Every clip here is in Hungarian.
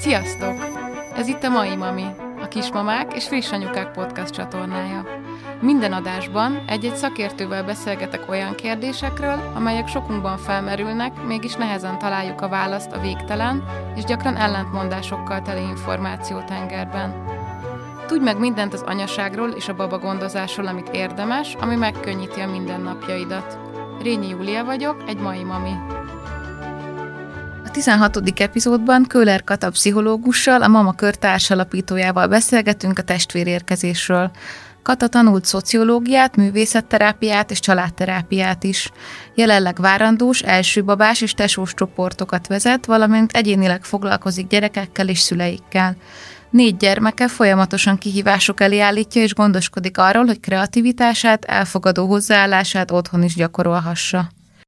Sziasztok! Ez itt a Mai Mami, a Kismamák és Friss Anyukák podcast csatornája. Minden adásban egy-egy szakértővel beszélgetek olyan kérdésekről, amelyek sokunkban felmerülnek, mégis nehezen találjuk a választ a végtelen és gyakran ellentmondásokkal teli információtengerben. Tudj meg mindent az anyaságról és a babagondozásról, amit érdemes, ami megkönnyíti a mindennapjaidat. Rényi Júlia vagyok, egy mai mami. A 16. epizódban Köhler Kata pszichológussal, a Mama Kör társalapítójával beszélgetünk a testvérérkezésről. Kata tanult szociológiát, művészetterápiát és családterápiát is. Jelenleg várandós, elsőbabás és tesós csoportokat vezet, valamint egyénileg foglalkozik gyerekekkel és szüleikkel. 4 gyermeke folyamatosan kihívások elé állítja, és gondoskodik arról, hogy kreativitását, elfogadó hozzáállását otthon is gyakorolhassa.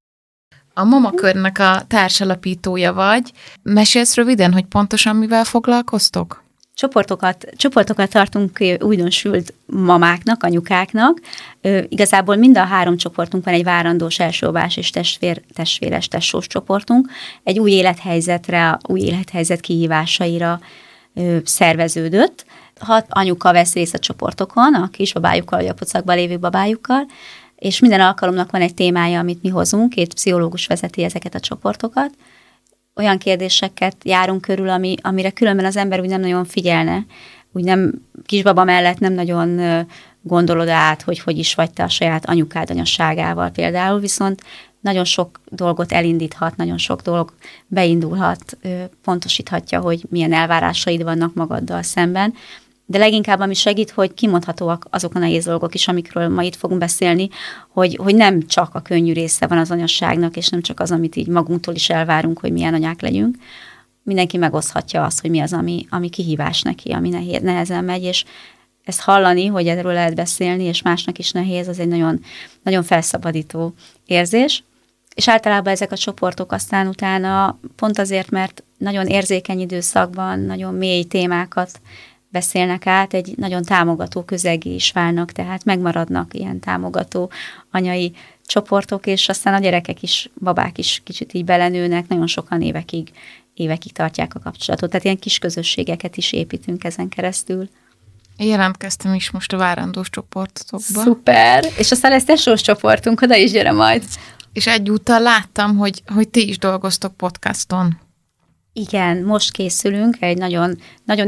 A Mama Körnek a társalapítója vagy. Mesélsz röviden, hogy pontosan mivel foglalkoztok? Csoportokat tartunk újdonsült mamáknak, anyukáknak. Igazából mind a 3 csoportunk van, egy várandós, elsőbabás és testvéres, tesós csoportunk. Egy új élethelyzetre, új élethelyzet kihívásaira szerveződött. 6 anyuka vesz részt a csoportokon, a kisbabájukkal, vagy a pocakban lévő babájukkal, és minden alkalomnak van egy témája, amit mi hozunk, 2 pszichológus vezeti ezeket a csoportokat. Olyan kérdéseket járunk körül, amire különben az ember úgy nem nagyon figyelne, úgy nem kisbaba mellett nem nagyon gondolod át, hogy is vagy te a saját anyukád anyasságával például, viszont nagyon sok dolgot elindíthat, nagyon sok dolog beindulhat, pontosíthatja, hogy milyen elvárásaid vannak magaddal szemben. De leginkább ami segít, hogy kimondhatóak azok a nehéz dolgok is, amikről ma itt fogunk beszélni, hogy nem csak a könnyű része van az anyasságnak, és nem csak az, amit így magunktól is elvárunk, hogy milyen anyák legyünk. Mindenki megoszthatja azt, hogy mi az, ami kihívás neki, ami nehezen megy, és ezt hallani, hogy erről lehet beszélni, és másnak is nehéz, az egy nagyon, nagyon felszabadító érzés. És általában ezek a csoportok aztán utána pont azért, mert nagyon érzékeny időszakban, nagyon mély témákat beszélnek át, egy nagyon támogató közegé is válnak, tehát megmaradnak ilyen támogató anyai csoportok, és aztán a gyerekek is, babák is kicsit így belenőnek, nagyon sokan évekig tartják a kapcsolatot. Tehát ilyen kis közösségeket is építünk ezen keresztül. Én jelentkeztem is most a várandós csoportokba. Szuper! És aztán lesz tesós csoportunk, oda is gyere majd. És egyúttal láttam, hogy ti is dolgoztok podcaston. Igen, most készülünk egy nagyon, nagyon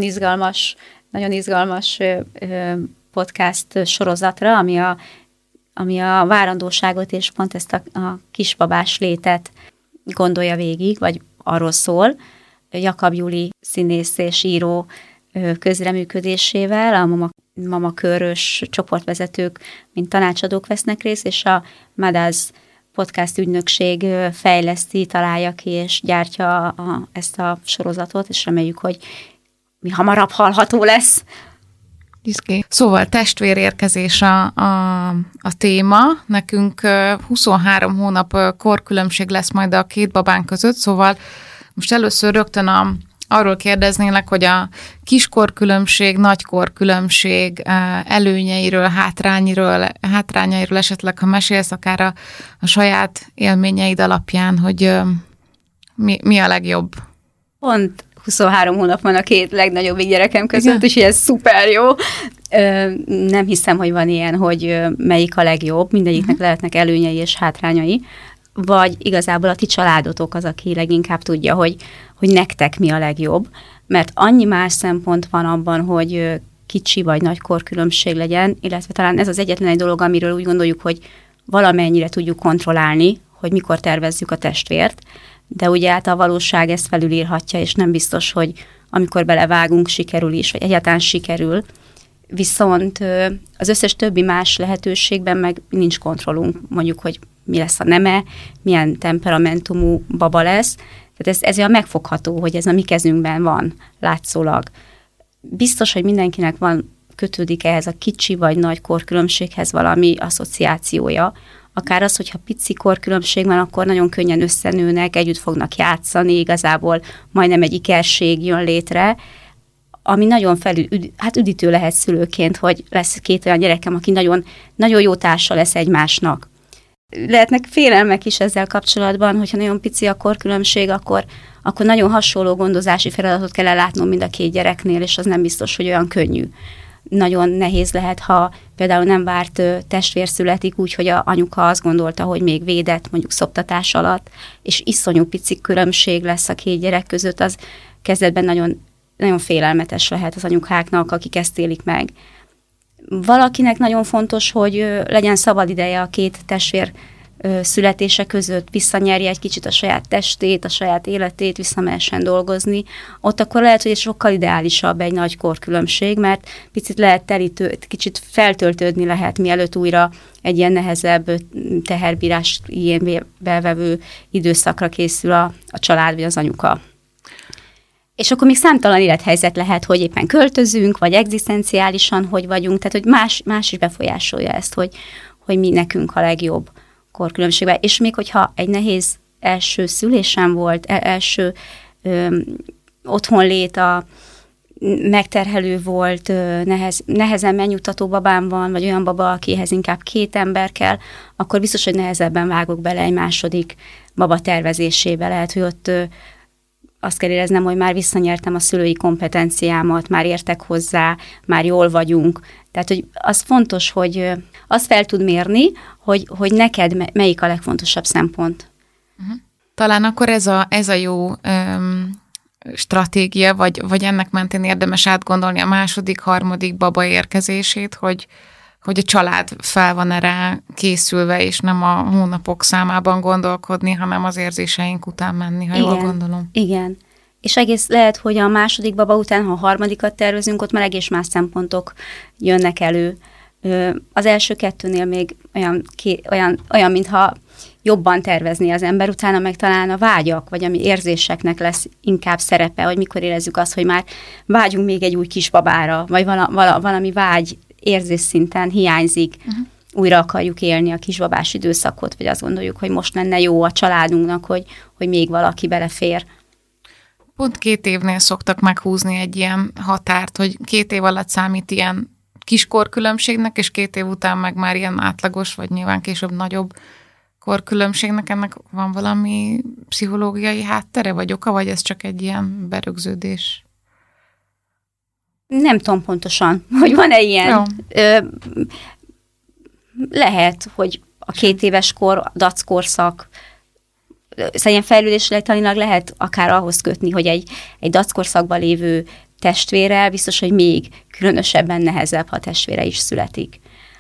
izgalmas podcast sorozatra, ami a várandóságot és pont ezt a kisbabás létet gondolja végig, vagy arról szól. Jakab Júli színész és író közreműködésével, a Mama Körös csoportvezetők, mint tanácsadók vesznek részt, és a Madáz podcast ügynökség fejleszti, találja ki és gyártja ezt a sorozatot, és reméljük, hogy mi hamarabb hallható lesz. Szóval testvérérkezés a téma. Nekünk 23 hónap korkülönbség lesz majd a 2 babán között, szóval most először rögtön arról kérdeznélek, hogy a kiskorkülönbség, nagykorkülönbség előnyeiről, hátrányairól esetleg, ha mesélsz, akár a saját élményeid alapján, hogy mi a legjobb? Pont 23 hónap van a 2 legnagyobb gyerekem között, és ez szuper jó. Nem hiszem, hogy van ilyen, hogy melyik a legjobb, mindegyiknek lehetnek előnyei és hátrányai, vagy igazából a ti családotok az, aki leginkább tudja, hogy nektek mi a legjobb, mert annyi más szempont van abban, hogy kicsi vagy nagy korkülönbség legyen, illetve talán ez az egyetlen egy dolog, amiről úgy gondoljuk, hogy valamennyire tudjuk kontrollálni, hogy mikor tervezzük a testvért, de ugye hát a valóság ezt felülírhatja, és nem biztos, hogy amikor belevágunk, sikerül is, vagy egyáltalán sikerül. Viszont az összes többi más lehetőségben meg nincs kontrollunk, mondjuk, hogy mi lesz a neme, milyen temperamentumú baba lesz. Tehát ez olyan megfogható, hogy ez a mi kezünkben van látszólag. Biztos, hogy mindenkinek kötődik ehhez a kicsi vagy nagy korkülönbséghez valami asszociációja. Akár az, hogyha pici korkülönbség van, akkor nagyon könnyen összenőnek, együtt fognak játszani, igazából majdnem egy ikerség jön létre, ami nagyon üdítő lehet szülőként, hogy lesz 2 olyan gyerekem, aki nagyon, nagyon jó társa lesz egymásnak. Lehetnek félelmek is ezzel kapcsolatban, hogyha nagyon pici a korkülönbség, akkor nagyon hasonló gondozási feladatot kell ellátnom mind a két gyereknél, és az nem biztos, hogy olyan könnyű. Nagyon nehéz lehet, ha például nem várt testvér születik úgy, hogy a anyuka azt gondolta, hogy még védett, mondjuk szoptatás alatt, és iszonyú pici különbség lesz a két gyerek között, az kezdetben nagyon, nagyon félelmetes lehet az anyukáknak, akik ezt élik meg. Valakinek nagyon fontos, hogy legyen szabad ideje a két testvér születése között, visszanyerje egy kicsit a saját testét, a saját életét, visszamehessen dolgozni. Ott akkor lehet, hogy sokkal ideálisabb egy nagy korkülönbség, mert picit lehet kicsit feltöltődni lehet, mielőtt újra egy ilyen nehezebb teherbírás igénybe vevő időszakra készül a család vagy az anyuka. És akkor még számtalan élethelyzet lehet, hogy éppen költözünk, vagy egzisztenciálisan hogy vagyunk, tehát hogy más is befolyásolja ezt, hogy mi nekünk a legjobb korkülönbségben. És még hogyha egy nehéz első szülésem volt, első otthonlét, megterhelő volt, nehezen megnyugtató babám van, vagy olyan baba, akihez inkább 2 ember kell, akkor biztos, hogy nehezebben vágok bele egy második baba tervezésébe. Lehet, hogy ott azt kell éreznem, hogy már visszanyertem a szülői kompetenciámat, már értek hozzá, már jól vagyunk. Tehát, hogy az fontos, hogy azt fel tud mérni, hogy neked melyik a legfontosabb szempont. Talán akkor ez a jó stratégia, vagy ennek mentén érdemes átgondolni a második, harmadik baba érkezését, hogy a család fel van rá készülve, és nem a hónapok számában gondolkodni, hanem az érzéseink után menni, ha jól gondolom. Igen. És egész lehet, hogy a második baba után, ha a harmadikat tervezünk, ott már egész más szempontok jönnek elő. Az első 2-nél még olyan, mintha jobban tervezni az ember, utána meg talán a vágyak, vagy ami érzéseknek lesz inkább szerepe, hogy mikor érezzük azt, hogy már vágyunk még egy új kisbabára, vagy valami vágy érzésszinten hiányzik, újra akarjuk élni a kisbabás időszakot, vagy azt gondoljuk, hogy most lenne jó a családunknak, hogy még valaki belefér. Pont 2 évnél szoktak meghúzni egy ilyen határt, hogy 2 év alatt számít ilyen kis korkülönbségnek, és 2 év után meg már ilyen átlagos, vagy nyilván később nagyobb korkülönbségnek. Ennek van valami pszichológiai háttere, vagy oka, vagy ez csak egy ilyen berögződés? Nem tudom pontosan, hogy van-e ilyen. Lehet, hogy a 2 éves kor, a dac korszak, ilyen fejlődéstanilag lehet akár ahhoz kötni, hogy egy dac korszakban lévő testvérrel biztos, hogy még különösebben nehezebb, ha testvére is születik.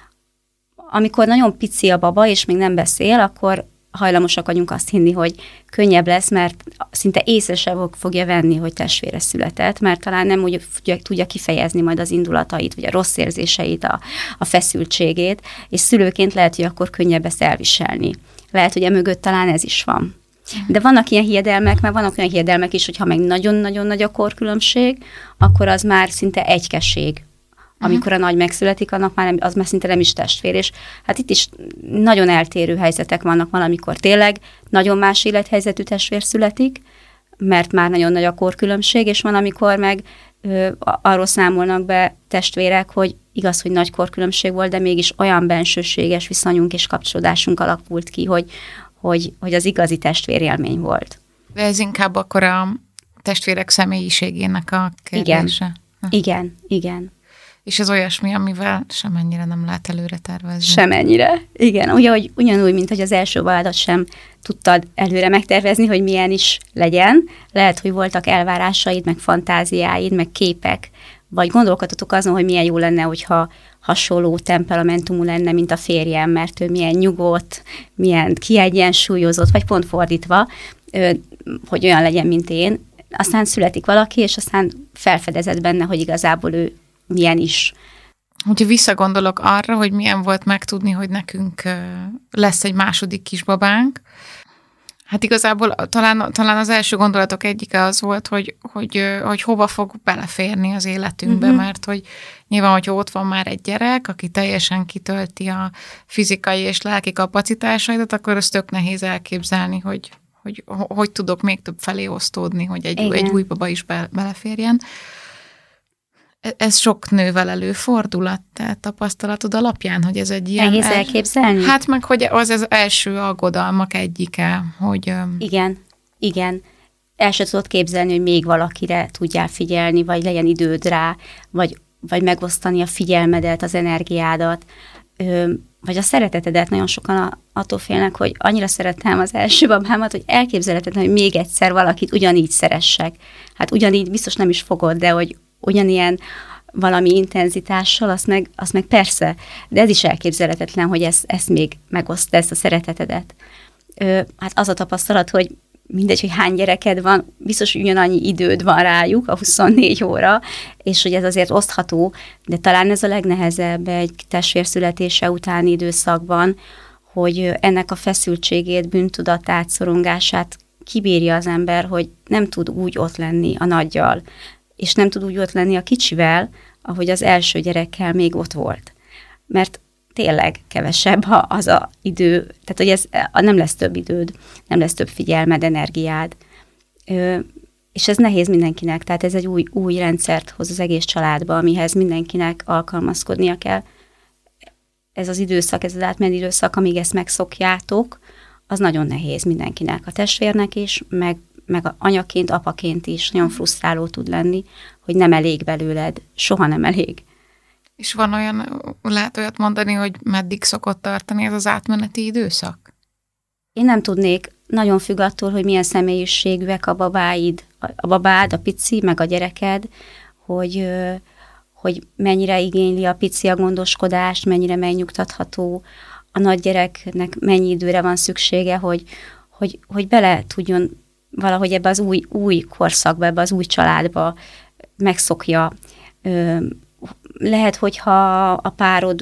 Amikor nagyon pici a baba, és még nem beszél, akkor hajlamosak vagyunk azt hinni, hogy könnyebb lesz, mert szinte észre sem fogja venni, hogy testvére született, mert talán nem úgy tudja kifejezni majd az indulatait, vagy a rossz érzéseit, a feszültségét, és szülőként lehet, hogy akkor könnyebb ezt elviselni. Lehet, hogy emögött talán ez is van. De vannak ilyen hiedelmek, mert vannak olyan hiedelmek is, hogy ha meg nagyon-nagyon nagy a korkülönbség, akkor az már szinte egykeség. Amikor a nagy megszületik, az már szinte nem is testvér. És hát itt is nagyon eltérő helyzetek vannak, valamikor tényleg nagyon más élethelyzetű testvér születik, mert már nagyon nagy a korkülönbség, és van, amikor meg arról számolnak be testvérek, hogy igaz, hogy nagy korkülönbség volt, de mégis olyan bensőséges viszonyunk és kapcsolódásunk alakult ki, hogy az igazi testvérélmény volt. De ez inkább akkor a testvérek személyiségének a kérdése. Igen. És ez olyasmi, amivel semennyire nem lehet előre tervezni. Semennyire, igen. Ugyanúgy, mint hogy az első válladat sem tudtad előre megtervezni, hogy milyen is legyen. Lehet, hogy voltak elvárásaid, meg fantáziáid, meg képek, vagy gondolkodtatok azon, hogy milyen jó lenne, hogyha hasonló temperamentumú lenne, mint a férjem, mert ő milyen nyugodt, milyen kiegyensúlyozott, vagy pont fordítva, hogy olyan legyen, mint én. Aztán születik valaki, és aztán felfedezed benne, hogy igazából ő milyen is. Hogyha visszagondolok arra, hogy milyen volt megtudni, hogy nekünk lesz egy második kisbabánk, hát igazából talán az első gondolatok egyike az volt, hogy hova fog beleférni az életünkbe, mert hogy nyilván, hogyha ott van már egy gyerek, aki teljesen kitölti a fizikai és lelki kapacitásaidat, akkor az tök nehéz elképzelni, hogy tudok még több felé osztódni, hogy egy új baba is beleférjen. Ez sok nővel előfordul a te tapasztalatod alapján, hogy ez egy ilyen... Nehéz elképzelni? Hát meg, hogy az első aggodalmak egyike, hogy... Igen. El se tudod képzelni, hogy még valakire tudjál figyelni, vagy legyen időd rá, vagy megosztani a figyelmedet, az energiádat, vagy a szeretetedet. Nagyon sokan attól félnek, hogy annyira szerettem az első babámat, hogy elképzelhetetlen, hogy még egyszer valakit ugyanígy szeressek. Hát ugyanígy biztos nem is fogod, de hogy ugyanilyen valami intenzitással, azt meg persze, de ez is elképzelhetetlen, hogy ezt még megoszd, ezt a szeretetedet. Hát az a tapasztalat, hogy mindegy, hogy hány gyereked van, biztos, hogy ugyanannyi időd van rájuk, a 24 óra, és hogy ez azért osztható, de talán ez a legnehezebb egy testvér születése utáni időszakban, hogy ennek a feszültségét, bűntudatát, szorongását kibírja az ember, hogy nem tud úgy ott lenni a nagyjal, és nem tud úgy ott lenni a kicsivel, ahogy az első gyerekkel még ott volt. Mert tényleg kevesebb, ha az a idő, tehát hogy ez nem lesz több időd, nem lesz több figyelmed, energiád. És ez nehéz mindenkinek, tehát ez egy új rendszert hoz az egész családba, amihez mindenkinek alkalmazkodnia kell. Ez az időszak, ez az átmeneti időszak, amíg ezt megszokjátok, az nagyon nehéz mindenkinek, a testvérnek is, meg anyaként, apaként is nagyon frusztráló tud lenni, hogy nem elég belőled, soha nem elég. És van olyan, lehet olyat mondani, hogy meddig szokott tartani ez az átmeneti időszak? Én nem tudnék, nagyon függ attól, hogy milyen személyiségűek a babád, a pici, meg a gyereked, hogy mennyire igényli a pici a gondoskodást, mennyire megnyugtatható, a nagy gyereknek mennyi időre van szüksége, hogy bele tudjon valahogy ebbe az új korszakba, ebbe az új családba megszokja. Lehet, hogyha a párod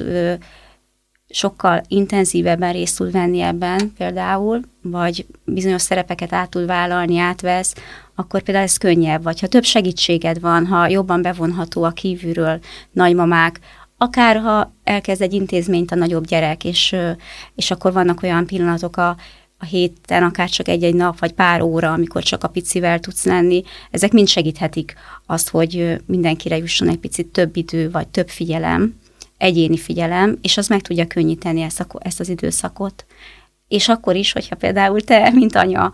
sokkal intenzívebben részt tud venni ebben például, vagy bizonyos szerepeket át tud vállalni, átvesz, akkor például ez könnyebb. Vagy ha több segítséged van, ha jobban bevonható a kívülről nagymamák, akár ha elkezd egy intézményt a nagyobb gyerek, és akkor vannak olyan pillanatok a héten, akár csak egy-egy nap, vagy pár óra, amikor csak a picivel tudsz lenni, ezek mind segíthetik azt, hogy mindenkire jusson egy picit több idő, vagy több figyelem, egyéni figyelem, és az meg tudja könnyíteni ezt az időszakot. És akkor is, hogyha például te, mint anya,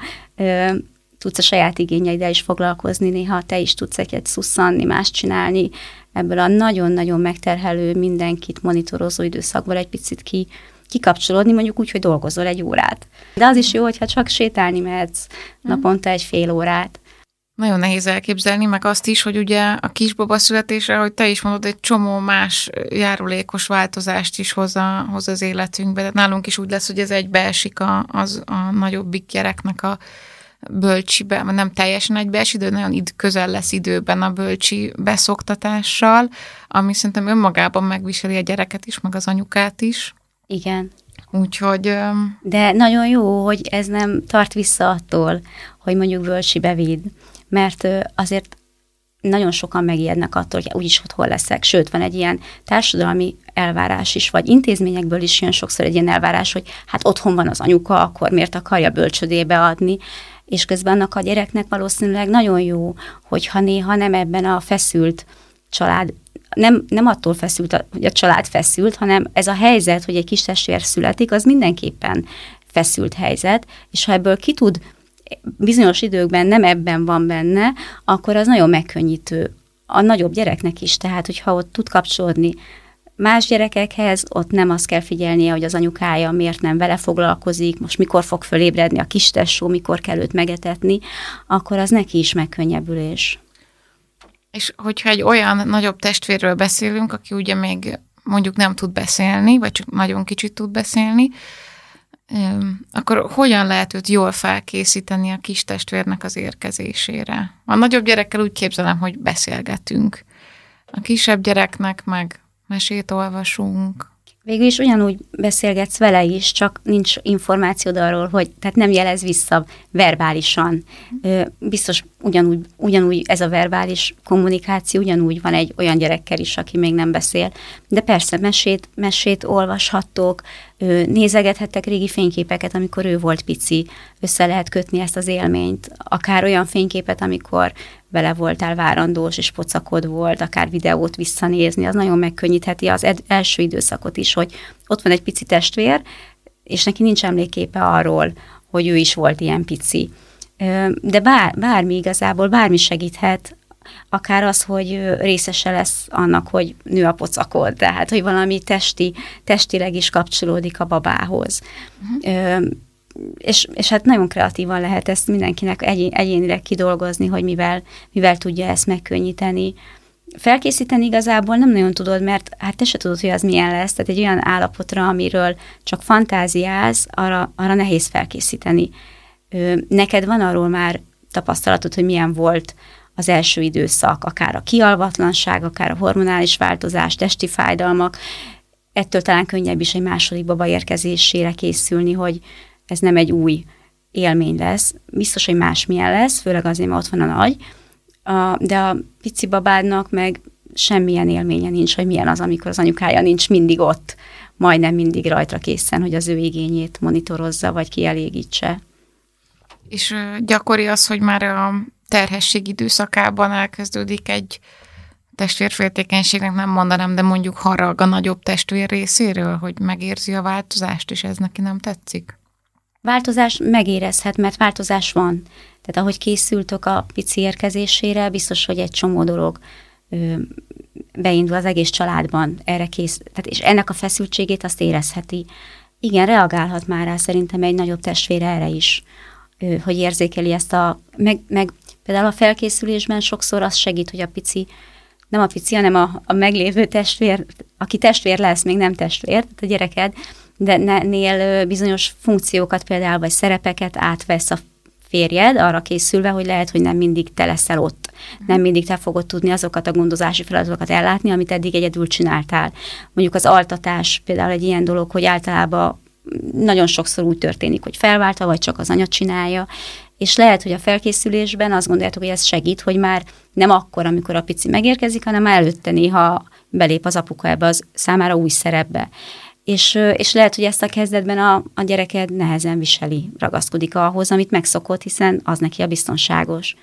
tudsz a saját igényeiddel is foglalkozni, néha te is tudsz egyet szusszanni, más csinálni, ebből a nagyon-nagyon megterhelő, mindenkit monitorozó időszakból egy picit kikapcsolódni, mondjuk úgy, hogy dolgozol egy órát. De az is jó, hogyha csak sétálni mehetsz naponta egy fél órát. Nagyon nehéz elképzelni, meg azt is, hogy ugye a kisbaba születésre, hogy te is mondod, egy csomó más járulékos változást is hoz az életünkbe. De nálunk is úgy lesz, hogy ez egybeesik a nagyobbik gyereknek a bölcsibe, nem teljesen egybeesik, de nagyon közel lesz időben a bölcsi beszoktatással, ami szerintem önmagában megviseli a gyereket is, meg az anyukát is. Igen. Úgyhogy... De nagyon jó, hogy ez nem tart vissza attól, hogy mondjuk bölcsibe vidd, mert azért nagyon sokan megijednek attól, hogy úgyis otthon leszek. Sőt, van egy ilyen társadalmi elvárás is, vagy intézményekből is jön sokszor egy ilyen elvárás, hogy hát otthon van az anyuka, akkor miért akarja bölcsödébe adni, és közben annak a gyereknek valószínűleg nagyon jó, hogyha néha nem ebben a feszült család, nem attól feszült, hogy a család feszült, hanem ez a helyzet, hogy egy kis testvér születik, az mindenképpen feszült helyzet, és ha ebből ki tud bizonyos időkben nem ebben van benne, akkor az nagyon megkönnyítő a nagyobb gyereknek is, tehát hogyha ott tud kapcsolódni más gyerekekhez, ott nem azt kell figyelnie, hogy az anyukája miért nem vele foglalkozik, most mikor fog fölébredni a kis tesó, mikor kell őt megetetni, akkor az neki is megkönnyebbülés. És hogyha egy olyan nagyobb testvérről beszélünk, aki ugye még mondjuk nem tud beszélni, vagy csak nagyon kicsit tud beszélni, akkor hogyan lehet őt jól felkészíteni a kis testvérnek az érkezésére? A nagyobb gyerekkel úgy képzelem, hogy beszélgetünk. A kisebb gyereknek meg mesét olvasunk. Végül is ugyanúgy beszélgetsz vele is, csak nincs információd arról, hogy tehát nem jelez vissza verbálisan. Biztos ugyanúgy ez a verbális kommunikáció, ugyanúgy van egy olyan gyerekkel is, aki még nem beszél. De persze mesét olvashattok, nézegethettek régi fényképeket, amikor ő volt pici, össze lehet kötni ezt az élményt. Akár olyan fényképet, amikor vele voltál várandós, és pocakod volt, akár videót visszanézni, az nagyon megkönnyítheti az első időszakot is, hogy ott van egy pici testvér, és neki nincs emlékképe arról, hogy ő is volt ilyen pici. De bármi igazából, bármi segíthet, akár az, hogy részese lesz annak, hogy nő a pocakod, tehát, hogy valami testileg is kapcsolódik a babához. És hát nagyon kreatívan lehet ezt mindenkinek egyénileg kidolgozni, hogy mivel tudja ezt megkönnyíteni. Felkészíteni igazából nem nagyon tudod, mert hát te se tudod, hogy az milyen lesz, tehát egy olyan állapotra, amiről csak fantáziálsz, arra nehéz felkészíteni. Neked van arról már tapasztalatod, hogy milyen volt az első időszak, akár a kialvatlanság, akár a hormonális változás, testi fájdalmak, ettől talán könnyebb is egy második baba érkezésére készülni, hogy ez nem egy új élmény lesz. Biztos, hogy másmilyen lesz, főleg azért, mert ott van a nagy, de a pici babádnak meg semmilyen élménye nincs, hogy milyen az, amikor az anyukája nincs mindig ott, majdnem mindig rajtra készen, hogy az ő igényét monitorozza, vagy kielégítse. És gyakori az, hogy már a terhesség időszakában elkezdődik egy testvérféltékenységnek, nem mondanám, de mondjuk harag a nagyobb testvér részéről, hogy megérzi a változást, és ez neki nem tetszik? Változás megérezhet, mert változás van. Tehát ahogy készültök a pici érkezésére, biztos, hogy egy csomó dolog beindul az egész családban erre kész. Tehát, és ennek a feszültségét azt érezheti. Igen, reagálhat már rá szerintem egy nagyobb testvér erre is, hogy érzékeli ezt meg például a felkészülésben sokszor az segít, hogy a pici, nem a pici, hanem a meglévő testvér, aki testvér lesz, még nem testvér, tehát a gyereked, de nél bizonyos funkciókat például, vagy szerepeket átvesz a férjed, arra készülve, hogy lehet, hogy nem mindig te leszel ott. Nem mindig te fogod tudni azokat a gondozási feladatokat ellátni, amit eddig egyedül csináltál. Mondjuk az altatás például egy ilyen dolog, hogy általában nagyon sokszor úgy történik, hogy felváltva, vagy csak az anya csinálja, és lehet, hogy a felkészülésben azt gondoljátok, hogy ez segít, hogy már nem akkor, amikor a pici megérkezik, hanem már előtte néha belép az apuka ebbe az számára új szerepbe. És lehet, hogy ezt a kezdetben a gyereked nehezen viseli, ragaszkodik ahhoz, amit megszokott, hiszen az neki a biztonságos.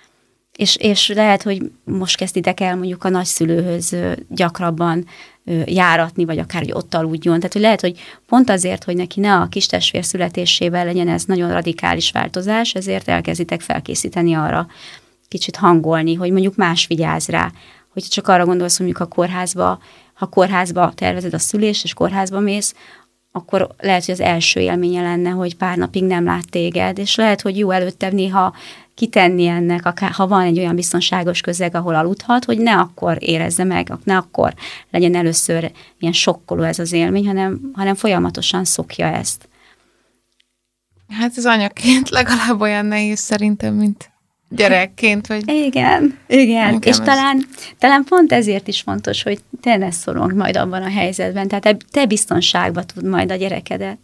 És lehet, hogy most kezditek el mondjuk a nagyszülőhöz gyakrabban járatni, vagy akár, hogy ott aludjon. Tehát, hogy lehet, hogy pont azért, hogy neki ne a kistestvér születésével legyen ez nagyon radikális változás, ezért elkezditek felkészíteni arra, kicsit hangolni, hogy mondjuk más vigyáz rá. Hogy csak arra gondolsz, hogy mondjuk ha kórházba tervezed a szülést, és kórházba mész, akkor lehet, hogy az első élménye lenne, hogy pár napig nem lát téged, és lehet, hogy jó előtte néha kitenni ennek, akár, ha van egy olyan biztonságos közeg, ahol aludhat, hogy ne akkor érezze meg, ne akkor legyen először ilyen sokkoló ez az élmény, hanem folyamatosan szokja ezt. Hát ez anyaként legalább olyan nehéz szerintem, mint gyerekként, vagy... Igen. És talán pont ezért is fontos, hogy te ne szorongd majd abban a helyzetben, tehát te biztonságba tud majd a gyerekedet.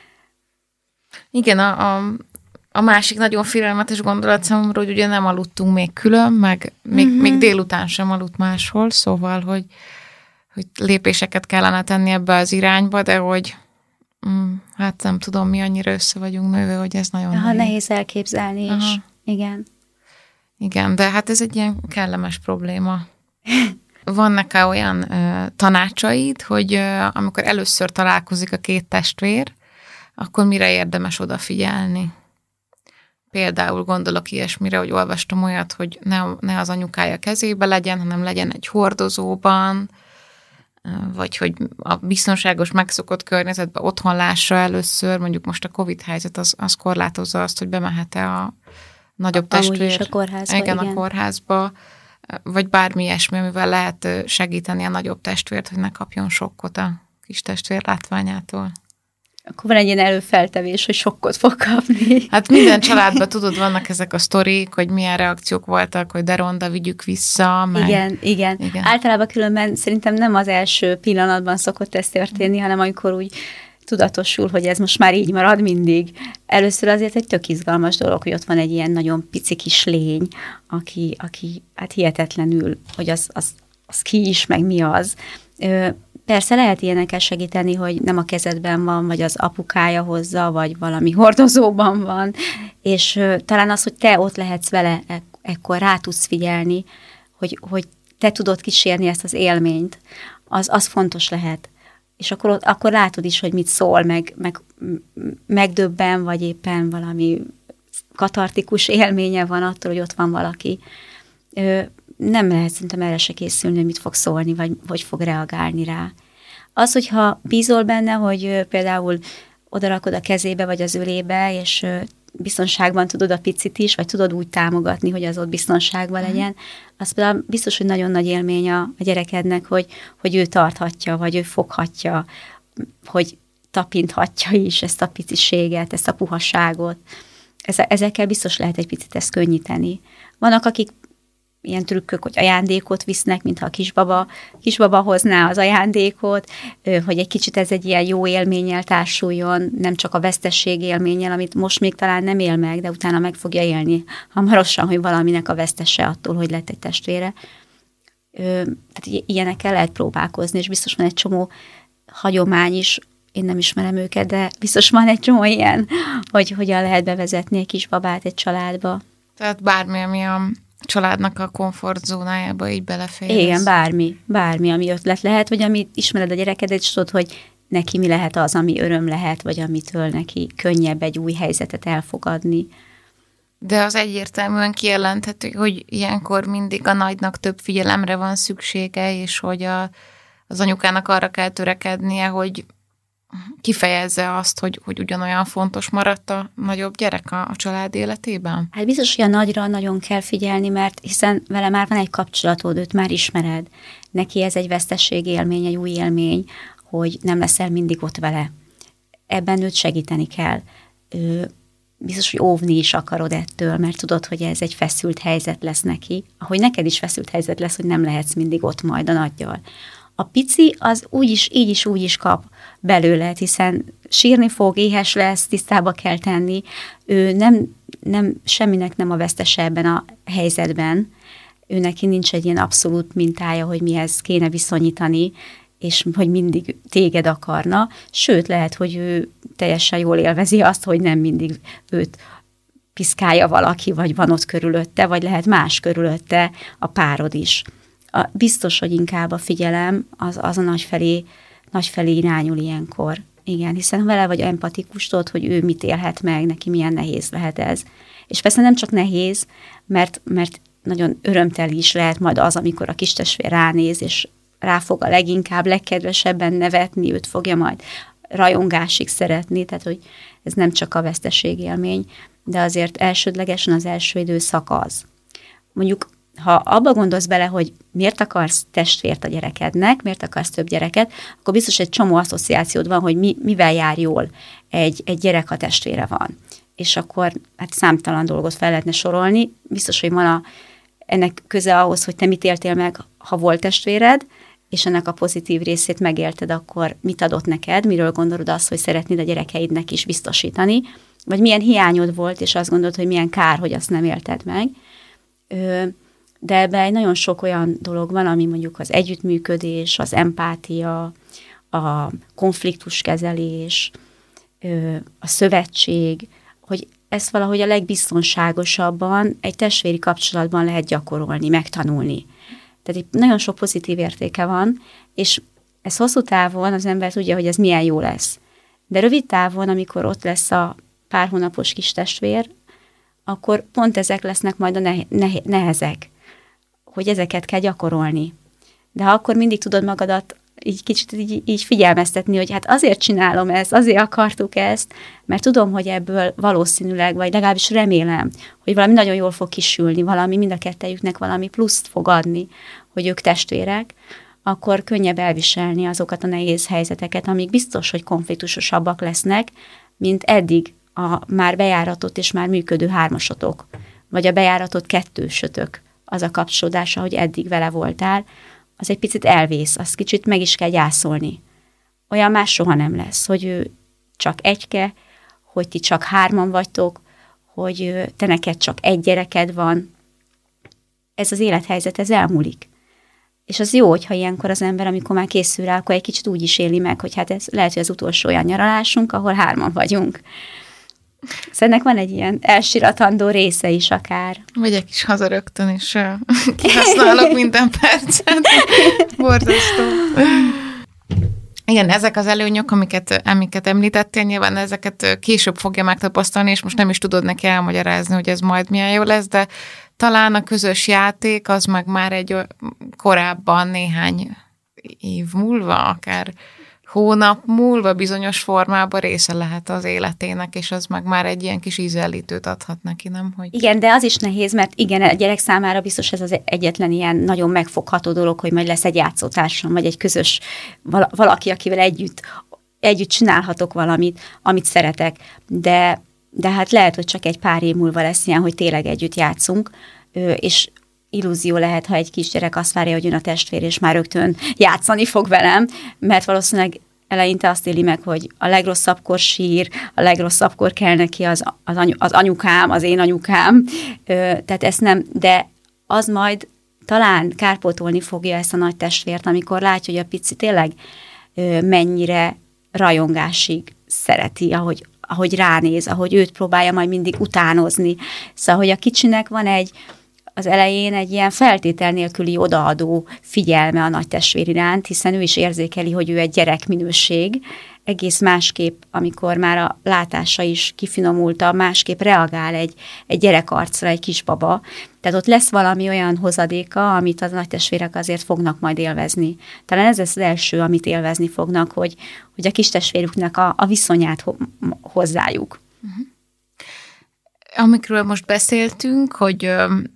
Igen, a másik nagyon félelmetes gondolat számomra, hogy ugye nem aludtunk még külön, meg még délután sem aludt máshol, szóval, hogy lépéseket kellene tenni ebbe az irányba, de hogy hát nem tudom, mi annyira össze vagyunk nőve, hogy ez nagyon nehéz elképzelni is. Igen. Igen, de hát ez egy ilyen kellemes probléma. Vannak-e olyan tanácsaid, hogy amikor először találkozik a két testvér, akkor mire érdemes odafigyelni? Például gondolok ilyesmire, hogy olvastam olyat, hogy ne az anyukája kezébe legyen, hanem legyen egy hordozóban, vagy hogy a biztonságos, megszokott környezetben otthon lássa először, mondjuk most a Covid helyzet az korlátozza azt, hogy bemehet-e a nagyobb testvér. A kórházba, igen. A kórházba, vagy bármi ilyesmi, amivel lehet segíteni a nagyobb testvért, hogy ne kapjon sokkot a kis testvér látványától. Akkor van egy ilyen előfeltevés, hogy sokkot fog kapni. Hát minden családban tudod, vannak ezek a sztorik, hogy milyen reakciók voltak, hogy de ronda, vigyük vissza. Meg... Igen. Általában különben szerintem nem az első pillanatban szokott ez történni, hanem amikor úgy tudatosul, hogy ez most már így marad mindig. először azért egy tök izgalmas dolog, hogy ott van egy ilyen nagyon pici kis lény, aki hát hihetetlenül, hogy az ki is, meg mi az. Persze lehet ilyenekkel segíteni, hogy nem a kezedben van, vagy az apukája hozza, vagy valami hordozóban van, és talán az, hogy te ott lehetsz vele, ekkor rá tudsz figyelni, hogy te tudod kísérni ezt az élményt, az fontos lehet. És akkor látod is, hogy mit szól, megdöbben, vagy éppen valami katartikus élménye van attól, hogy ott van valaki. Nem lehet szerintem erre se készülni, hogy mit fog szólni, vagy hogy fog reagálni rá. Az, hogyha bízol benne, hogy például odarakod a kezébe, vagy az ölébe, és biztonságban tudod a picit is, vagy tudod úgy támogatni, hogy az ott biztonságban legyen, az például biztos, hogy nagyon nagy élmény a gyerekednek, hogy ő tarthatja, vagy ő foghatja, hogy tapinthatja is ezt a piciséget, ezt a puhaságot. Ezekkel biztos lehet egy picit ezt könnyíteni. Vannak, akik ilyen trükkök, hogy ajándékot visznek, mintha a kisbaba hozná az ajándékot, hogy egy kicsit ez egy ilyen jó élménnyel társuljon, nem csak a vesztesség élménnyel, amit most még talán nem él meg, de utána meg fogja élni hamarosan, hogy valaminek a vesztese attól, hogy lett egy testvére. Tehát ilyenekkel lehet próbálkozni, és biztos van egy csomó hagyomány is, én nem ismerem őket, de biztos van egy csomó ilyen, hogy hogyan lehet bevezetni egy kisbabát egy családba. Tehát bármi, ami a családnak a komfortzónájába így belefér. Igen, bármi, ami ötlet lehet, vagy amit ismered a gyerekedet, és tudod, hogy neki mi lehet az, ami öröm lehet, vagy amitől neki könnyebb egy új helyzetet elfogadni. De az egyértelműen kijelenthető, hogy ilyenkor mindig a nagynak több figyelemre van szüksége, és hogy az anyukának arra kell törekednie, hogy kifejezze azt, hogy ugyanolyan fontos maradt a nagyobb gyerek a család életében? Hát biztos, hogy a nagyra nagyon kell figyelni, mert hiszen vele már van egy kapcsolatod, őt már ismered. Neki ez egy vesztesség élmény, egy új élmény, hogy nem leszel mindig ott vele. Ebben őt segíteni kell. Biztos, hogy óvni is akarod ettől, mert tudod, hogy ez egy feszült helyzet lesz neki. Ahogy neked is feszült helyzet lesz, hogy nem lehetsz mindig ott majd a nagygyal. A pici az így is kap belőle, hiszen sírni fog, éhes lesz, tisztába kell tenni. Ő nem semminek nem a vesztese ebben a helyzetben. Ő neki nincs egy ilyen abszolút mintája, hogy mihez kéne viszonyítani, és hogy mindig téged akarna. Sőt, lehet, hogy ő teljesen jól élvezi azt, hogy nem mindig őt piszkálja valaki, vagy van ott körülötte, vagy lehet más körülötte a párod is. Biztos, hogy inkább a figyelem az a nagy felé irányul ilyenkor. Igen, hiszen vele vagy empatikus, tudod, hogy ő mit élhet meg, neki milyen nehéz lehet ez. És persze nem csak nehéz, mert nagyon örömteli is lehet majd az, amikor a kistestvér ránéz, és rá fog a leginkább, legkedvesebben nevetni, őt fogja majd rajongásig szeretni, tehát hogy ez nem csak a veszteségélmény, de azért elsődlegesen az első időszak az. Mondjuk, ha abba gondolsz bele, hogy miért akarsz testvért a gyerekednek, miért akarsz több gyereket, akkor biztos egy csomó asszociációd van, hogy mivel jár jól egy gyerek, ha testvére van. És akkor hát számtalan dolgot fel lehetne sorolni. Biztos, hogy van ennek köze ahhoz, hogy te mit éltél meg, ha volt testvéred, és ennek a pozitív részét megélted, akkor mit adott neked, miről gondolod azt, hogy szeretnéd a gyerekeidnek is biztosítani, vagy milyen hiányod volt, és azt gondolod, hogy milyen kár, hogy azt nem élted meg. De ebben nagyon sok olyan dolog van, ami mondjuk az együttműködés, az empátia, a konfliktuskezelés, a szövetség, hogy ezt valahogy a legbiztonságosabban egy testvéri kapcsolatban lehet gyakorolni, megtanulni. Tehát itt nagyon sok pozitív értéke van, és ez hosszú távon az ember tudja, hogy ez milyen jó lesz. De rövid távon, amikor ott lesz a pár hónapos kis testvér, akkor pont ezek lesznek majd a nehezek, hogy ezeket kell gyakorolni. De ha akkor mindig tudod magadat így kicsit így figyelmeztetni, hogy hát azért csinálom ezt, azért akartuk ezt, mert tudom, hogy ebből valószínűleg, vagy legalábbis remélem, hogy valami nagyon jól fog kisülni, valami mind a kettejüknek valami pluszt fog adni, hogy ők testvérek, akkor könnyebb elviselni azokat a nehéz helyzeteket, amik biztos, hogy konfliktusosabbak lesznek, mint eddig a már bejáratott és már működő hármasotok, vagy a bejáratott kettősötök, az a kapcsolódása, hogy eddig vele voltál, az egy picit elvész, azt kicsit meg is kell gyászolni. Olyan más soha nem lesz, hogy ő csak egyke, hogy ti csak 3 vagytok, hogy te neked csak egy gyereked van. Ez az élethelyzet, ez elmúlik. És az jó, hogyha ilyenkor az ember, amikor már készül rá, akkor egy kicsit úgy is éli meg, hogy hát ez lehet, hogy az utolsó olyan nyaralásunk, ahol 3 vagyunk. Szóval ennek van egy ilyen elsiratandó része is akár. Megyek is haza rögtön, és kihasználok minden percet. Borzasztó. Igen, ezek az előnyök, amiket említettél, nyilván ezeket később fogja megtapasztalni, és most nem is tudod neki elmagyarázni, hogy ez majd milyen jó lesz, de talán a közös játék az meg már egy korábban néhány év múlva, akár hónap múlva bizonyos formában része lehet az életének, és az meg már egy ilyen kis ízelítőt adhat neki, nem? Hogy... Igen, de az is nehéz, mert igen, a gyerek számára biztos ez az egyetlen ilyen nagyon megfogható dolog, hogy majd lesz egy játszótársam, vagy egy közös valaki, akivel együtt csinálhatok valamit, amit szeretek, de hát lehet, hogy csak egy pár év múlva lesz ilyen, hogy tényleg együtt játszunk, és illúzió lehet, ha egy kisgyerek azt várja, hogy jön a testvér, és már rögtön játszani fog velem, mert valószínűleg eleinte azt éli meg, hogy a legrosszabbkor sír, a legrosszabbkor kell neki az anyukám, az én anyukám, tehát ezt nem, de az majd talán kárpótolni fogja ezt a nagy testvért, amikor látja, hogy a pici tényleg mennyire rajongásig szereti, ahogy ránéz, ahogy őt próbálja majd mindig utánozni. Szóval, hogy a kicsinek van az elején egy ilyen feltétel nélküli odaadó figyelme a nagy testvér iránt, hiszen ő is érzékeli, hogy ő egy gyerekminőség, egész másképp, amikor már a látása is kifinomulta, másképp reagál egy gyerekarcra, egy kisbaba. Tehát ott lesz valami olyan hozadéka, amit a nagy testvérek azért fognak majd élvezni. Talán ez lesz az első, amit élvezni fognak, hogy a kis testvérüknek a viszonyát hozzájuk. Uh-huh. Amikről most beszéltünk, hogy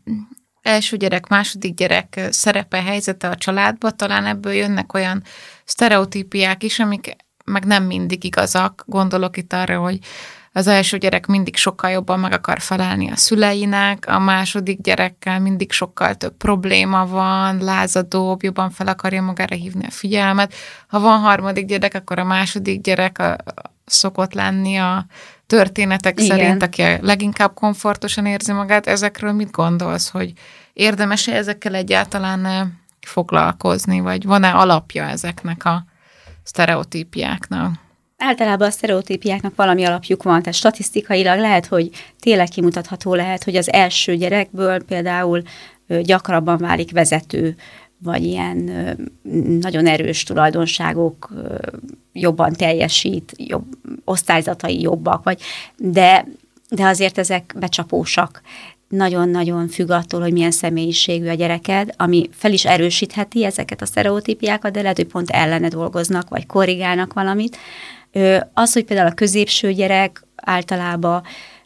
első gyerek, második gyerek szerepe, helyzete a családban, talán ebből jönnek olyan sztereotípiák is, amik meg nem mindig igazak. Gondolok itt arra, hogy az első gyerek mindig sokkal jobban meg akar felelni a szüleinek, a második gyerekkel mindig sokkal több probléma van, lázadóbb, jobban fel akarja magára hívni a figyelmet. Ha van harmadik gyerek, akkor a második gyerek szokott lenni a történetek Igen. szerint, aki a leginkább komfortosan érzi magát. Ezekről mit gondolsz, hogy érdemes-e ezekkel egyáltalán foglalkozni, vagy van-e alapja ezeknek a sztereotípiáknak? Általában a sztereotípiáknak valami alapjuk van, tehát statisztikailag lehet, hogy tényleg kimutatható lehet, hogy az első gyerekből például gyakrabban válik vezető, vagy ilyen nagyon erős tulajdonságok, jobban teljesít, osztályzatai jobbak, de azért ezek becsapósak. Nagyon-nagyon függ attól, hogy milyen személyiségű a gyereked, ami fel is erősítheti ezeket a sztereotípiákat, de lehet, hogy pont ellene dolgoznak, vagy korrigálnak valamit. Az, hogy például a középső gyerek általában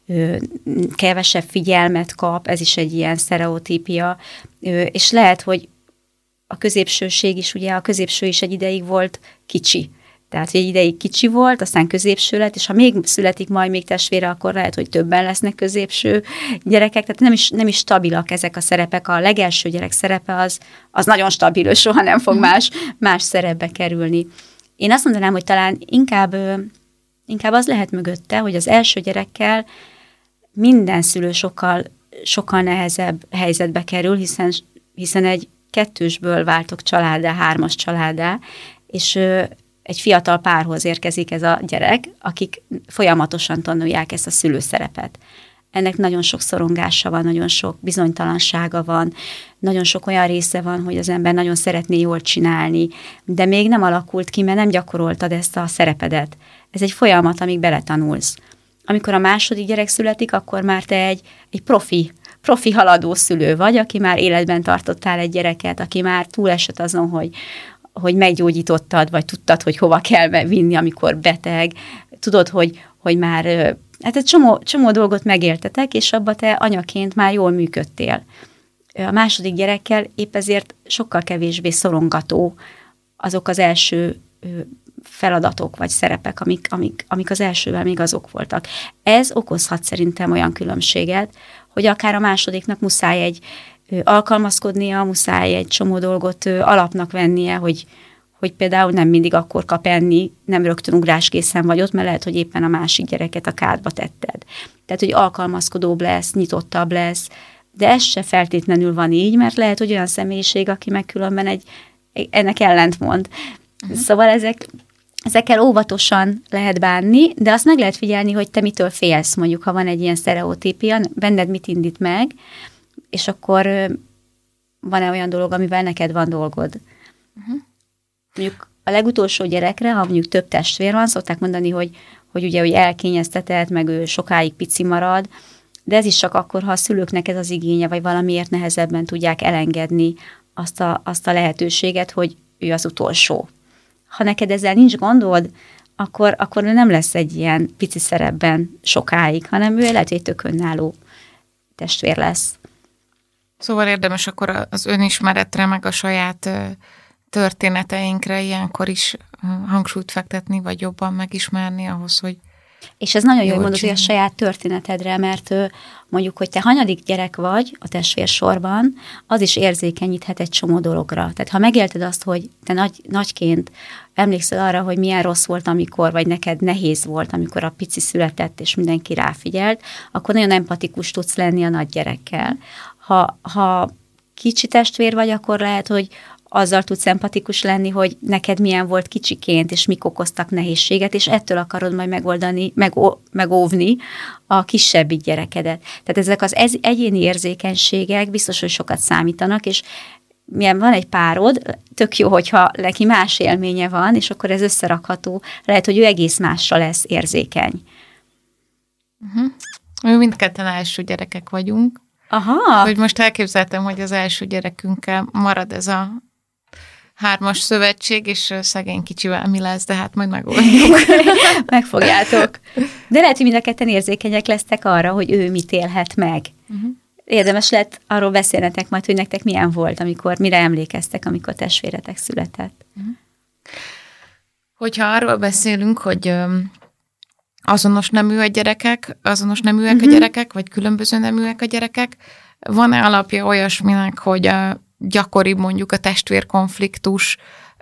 kevesebb figyelmet kap, ez is egy ilyen sztereotípia, és lehet, hogy a középsőség is, ugye a középső is egy ideig volt kicsi. Tehát, hogy egy ideig kicsi volt, aztán középső lett, és ha még születik majd még testvére, akkor lehet, hogy többen lesznek középső gyerekek, tehát nem is stabilak ezek a szerepek. A legelső gyerek szerepe az nagyon stabil, és soha nem fog más szerepbe kerülni. Én azt mondanám, hogy talán inkább az lehet mögötte, hogy az első gyerekkel minden szülő sokkal nehezebb helyzetbe kerül, hiszen egy 2-ből váltok családdá, 3-as családdá, és egy fiatal párhoz érkezik ez a gyerek, akik folyamatosan tanulják ezt a szülőszerepet. Ennek nagyon sok szorongása van, nagyon sok bizonytalansága van, nagyon sok olyan része van, hogy az ember nagyon szeretné jól csinálni, de még nem alakult ki, mert nem gyakoroltad ezt a szerepedet. Ez egy folyamat, amíg beletanulsz. Amikor a második gyerek születik, akkor már te egy profi haladó szülő vagy, aki már életben tartottál egy gyereket, aki már túlesett azon, hogy meggyógyítottad, vagy tudtad, hogy hova kell vinni, amikor beteg. Tudod, hogy már hát egy csomó dolgot megéltetek, és abba te anyaként már jól működtél. A második gyerekkel épp ezért sokkal kevésbé szorongató azok az első feladatok vagy szerepek, amik az elsővel még azok voltak. Ez okozhat szerintem olyan különbséget, hogy akár a másodiknak muszáj alkalmazkodnia, muszáj egy csomó dolgot alapnak vennie, hogy hogy például nem mindig akkor kap enni, nem rögtön ugráskészen vagy ott, mert lehet, hogy éppen a másik gyereket a kádba tetted. Tehát, hogy alkalmazkodóbb lesz, nyitottabb lesz, de ez se feltétlenül van így, mert lehet, hogy olyan személyiség, aki meg különben ennek ellentmond. Szóval ezekkel óvatosan lehet bánni, de azt meg lehet figyelni, hogy te mitől félsz, mondjuk, ha van egy ilyen sztereotípia, benned mit indít meg, és akkor van-e olyan dolog, amivel neked van dolgod. Mondjuk a legutolsó gyerekre, ha mondjuk több testvér van, szokták mondani, hogy ugye, hogy elkényeztetett, meg ő sokáig pici marad, de ez is csak akkor, ha a szülőknek ez az igénye, vagy valamiért nehezebben tudják elengedni azt a lehetőséget, hogy ő az utolsó. Ha neked ezzel nincs gondod, akkor ő nem lesz egy ilyen pici szerepben sokáig, hanem ő lehet, hogy egy tök önálló testvér lesz. Szóval érdemes akkor az önismeretre, meg a saját történeteinkre ilyenkor is hangsúlyt fektetni, vagy jobban megismerni ahhoz, hogy... És ez nagyon jó, hogy mondod, hogy a saját történetedre, mert mondjuk, hogy te hanyadik gyerek vagy a testvérsorban, az is érzékenyíthet egy csomó dologra. Tehát ha megélted azt, hogy te nagyként emlékszel arra, hogy milyen rossz volt, amikor, vagy neked nehéz volt, amikor a pici született, és mindenki ráfigyelt, akkor nagyon empatikus tudsz lenni a nagy gyerekkel. Ha kicsi testvér vagy, akkor lehet, hogy azzal tudsz empatikus lenni, hogy neked milyen volt kicsiként, és mik okoztak nehézséget, és ettől akarod majd megoldani, megóvni a kisebbik gyerekedet. Tehát ezek az egyéni érzékenységek biztos, hogy sokat számítanak, és milyen van egy párod, tök jó, hogyha neki más élménye van, és akkor ez összerakható. Lehet, hogy ő egész másra lesz érzékeny. Mi mindketten első gyerekek vagyunk. Aha. Hogy most elképzeltem, hogy az első gyerekünkkel marad ez a 3-as szövetség, és szegény kicsivel mi lesz, de hát majd megoldjuk. Megfogjátok. De lehet, hogy mind a ketten érzékenyek lesztek arra, hogy ő mit élhet meg. Érdemes lehet arról beszélnetek majd, hogy nektek milyen volt, mire emlékeztek, amikor testvéretek született. Hogyha arról beszélünk, hogy azonos neműek a gyerekek, vagy különböző neműek a gyerekek, van-e alapja olyasminek, hogy gyakoribb mondjuk a testvérkonfliktus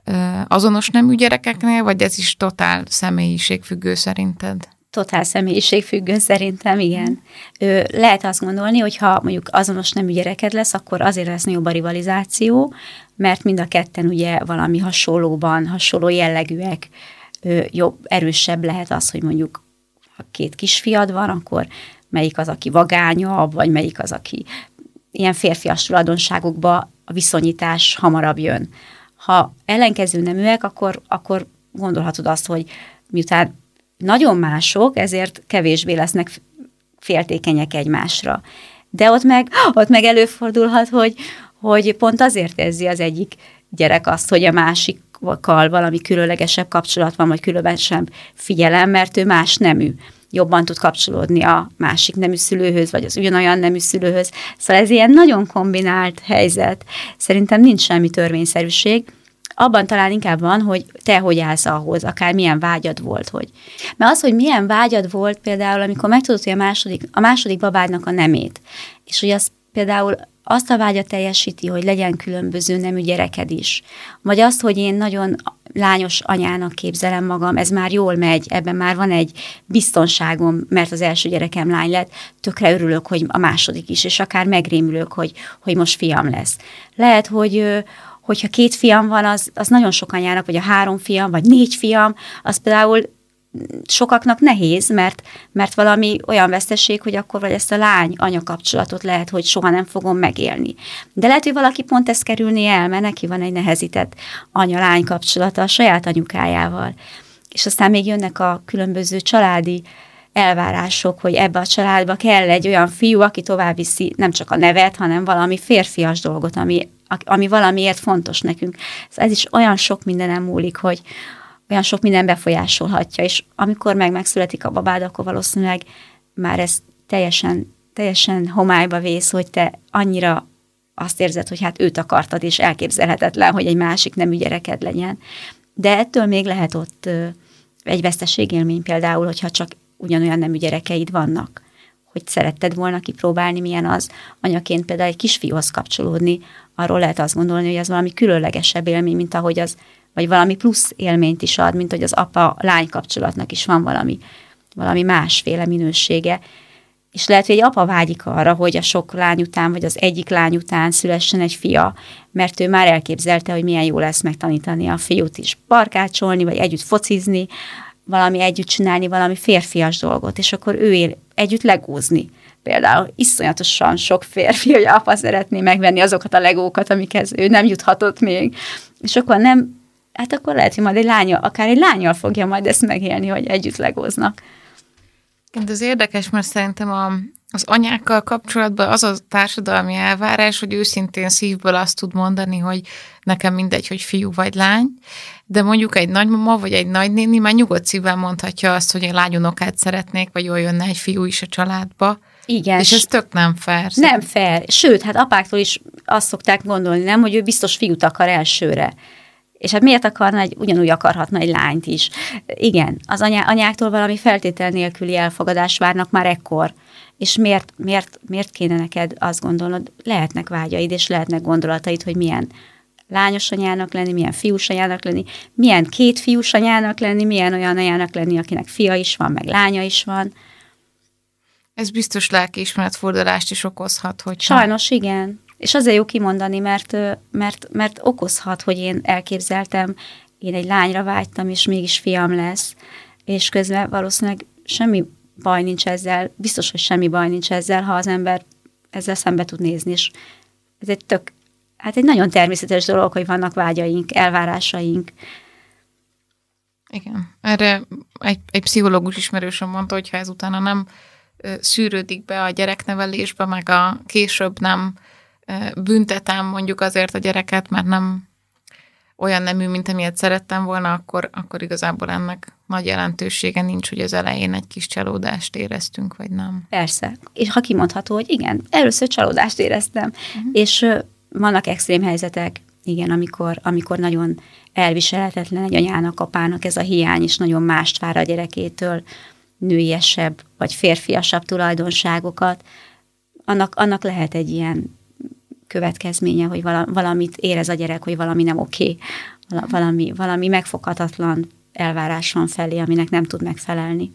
azonos nemű gyerekeknél, vagy ez is totál személyiségfüggő szerinted? Totál személyiségfüggő szerintem, igen. Lehet azt gondolni, hogy ha mondjuk azonos nemű gyereked lesz, akkor azért lesz jobb a rivalizáció, mert mind a ketten ugye valami hasonló jellegűek, jobb, erősebb lehet az, hogy mondjuk ha 2 kisfiad van, akkor melyik az, aki vagányabb, vagy melyik az, aki ilyen férfias tulajdonságokba a viszonyítás hamarabb jön. Ha ellenkező neműek, akkor gondolhatod azt, hogy miután nagyon mások, ezért kevésbé lesznek féltékenyek egymásra. De ott meg előfordulhat, hogy pont azért érzi az egyik gyerek azt, hogy a másikkal valami különlegesebb kapcsolat van, vagy különlegesebb figyelem, mert ő más nemű. Jobban tud kapcsolódni a másik nemű szülőhöz, vagy az ugyanolyan nemű szülőhöz. Szóval ez ilyen nagyon kombinált helyzet. Szerintem nincs semmi törvényszerűség. Abban talán inkább van, hogy te hogy állsz ahhoz, akár milyen vágyad volt, hogy. Mert az, hogy milyen vágyad volt például, amikor megtudod, hogy a második babádnak a nemét, és hogy az például azt a vágyat teljesíti, hogy legyen különböző nemű gyereked is. Vagy azt, hogy én nagyon lányos anyának képzelem magam, ez már jól megy, ebben már van egy biztonságom, mert az első gyerekem lány lett, tökre örülök, hogy a második is, és akár megrémülök, hogy most fiam lesz. Lehet, hogyha 2 fiam van, az nagyon sok anyának, vagy a 3 fiam, vagy 4 fiam, az például sokaknak nehéz, mert valami olyan veszteség, hogy akkor vagy ezt a lány-anya kapcsolatot lehet, hogy soha nem fogom megélni. De lehet, hogy valaki pont ezt kerülni el, mert neki van egy nehezített anya-lány kapcsolata a saját anyukájával. És aztán még jönnek a különböző családi elvárások, hogy ebbe a családba kell egy olyan fiú, aki tovább viszi nem csak a nevet, hanem valami férfias dolgot, ami valamiért fontos nekünk. Ez is olyan sok mindenem múlik, hogy olyan sok minden befolyásolhatja, és amikor megszületik a babád, akkor valószínűleg már ez teljesen homályba vész, hogy te annyira azt érzed, hogy hát őt akartad, és elképzelhetetlen, hogy egy másik nemű gyereked legyen. De ettől még lehet ott egy veszteségélmény például, hogyha csak ugyanolyan nemű gyerekeid vannak, hogy szeretted volna kipróbálni, milyen az anyaként például egy kisfiúhoz kapcsolódni, arról lehet azt gondolni, hogy ez valami különlegesebb élmény, mint ahogy az vagy valami plusz élményt is ad, mint hogy az apa-lány kapcsolatnak is van valami másféle minősége. És lehet, hogy egy apa vágyik arra, hogy a sok lány után, vagy az egyik lány után szülessen egy fia, mert ő már elképzelte, hogy milyen jó lesz megtanítani a fiút is barkácsolni, vagy együtt focizni, valami együtt csinálni, valami férfias dolgot, és akkor ő él együtt legózni. Például iszonyatosan sok férfi, hogy apa szeretné megvenni azokat a legókat, amikhez ő nem juthatott még. És akkor akkor lehet, hogy majd akár egy lányal fogja majd ezt megélni, hogy együtt legóznak. De ez érdekes, mert szerintem az anyákkal kapcsolatban az a társadalmi elvárás, hogy őszintén szívből azt tud mondani, hogy nekem mindegy, hogy fiú vagy lány, de mondjuk egy nagymama vagy egy nagynéni már nyugodt szívvel mondhatja azt, hogy én lányunokát szeretnék, vagy jól jönne egy fiú is a családba. Igen. És ez tök nem fair. Nem fair. Sőt, hát apáktól is azt szokták gondolni, nem, hogy ő biztos fiút akar elsőre. És hát miért akarna, ugyanúgy akarhatna egy lányt is. Igen, az anyáktól valami feltétel nélküli elfogadás várnak már ekkor. És miért kéne neked azt gondolnod, lehetnek vágyaid, és lehetnek gondolataid, hogy milyen lányos anyának lenni, milyen fiús anyának lenni, milyen két fiús anyának lenni, milyen olyan anyának lenni, akinek fia is van, meg lánya is van. Ez biztos lelkiismeretfordulást is okozhat, hogy... Sajnos igen. És azért jó kimondani, mert okozhat, hogy én elképzeltem, én egy lányra vágytam, és mégis fiam lesz, és közben valószínűleg semmi baj nincs ezzel, biztos, hogy semmi baj nincs ezzel, ha az ember ezzel szembe tud nézni, és ez egy nagyon természetes dolog, hogy vannak vágyaink, elvárásaink. Igen. Erre egy pszichológus ismerősöm mondta, hogy ha ez utána nem szűrődik be a gyereknevelésbe, meg a később nem büntetem mondjuk azért a gyereket, mert nem olyan nemű, mint amilyet szerettem volna, akkor igazából ennek nagy jelentősége nincs, hogy az elején egy kis csalódást éreztünk, vagy nem. Persze. És ha kimondható, hogy igen, először csalódást éreztem. És vannak extrém helyzetek, igen, amikor nagyon elviselhetetlen egy anyának, apának ez a hiány, és nagyon mást vár a gyerekétől, nőiesebb, vagy férfiasabb tulajdonságokat. Annak lehet egy ilyen következménye, hogy valamit érez a gyerek, hogy valami nem oké, valami megfoghatatlan elvárás van felé, aminek nem tud megfelelni.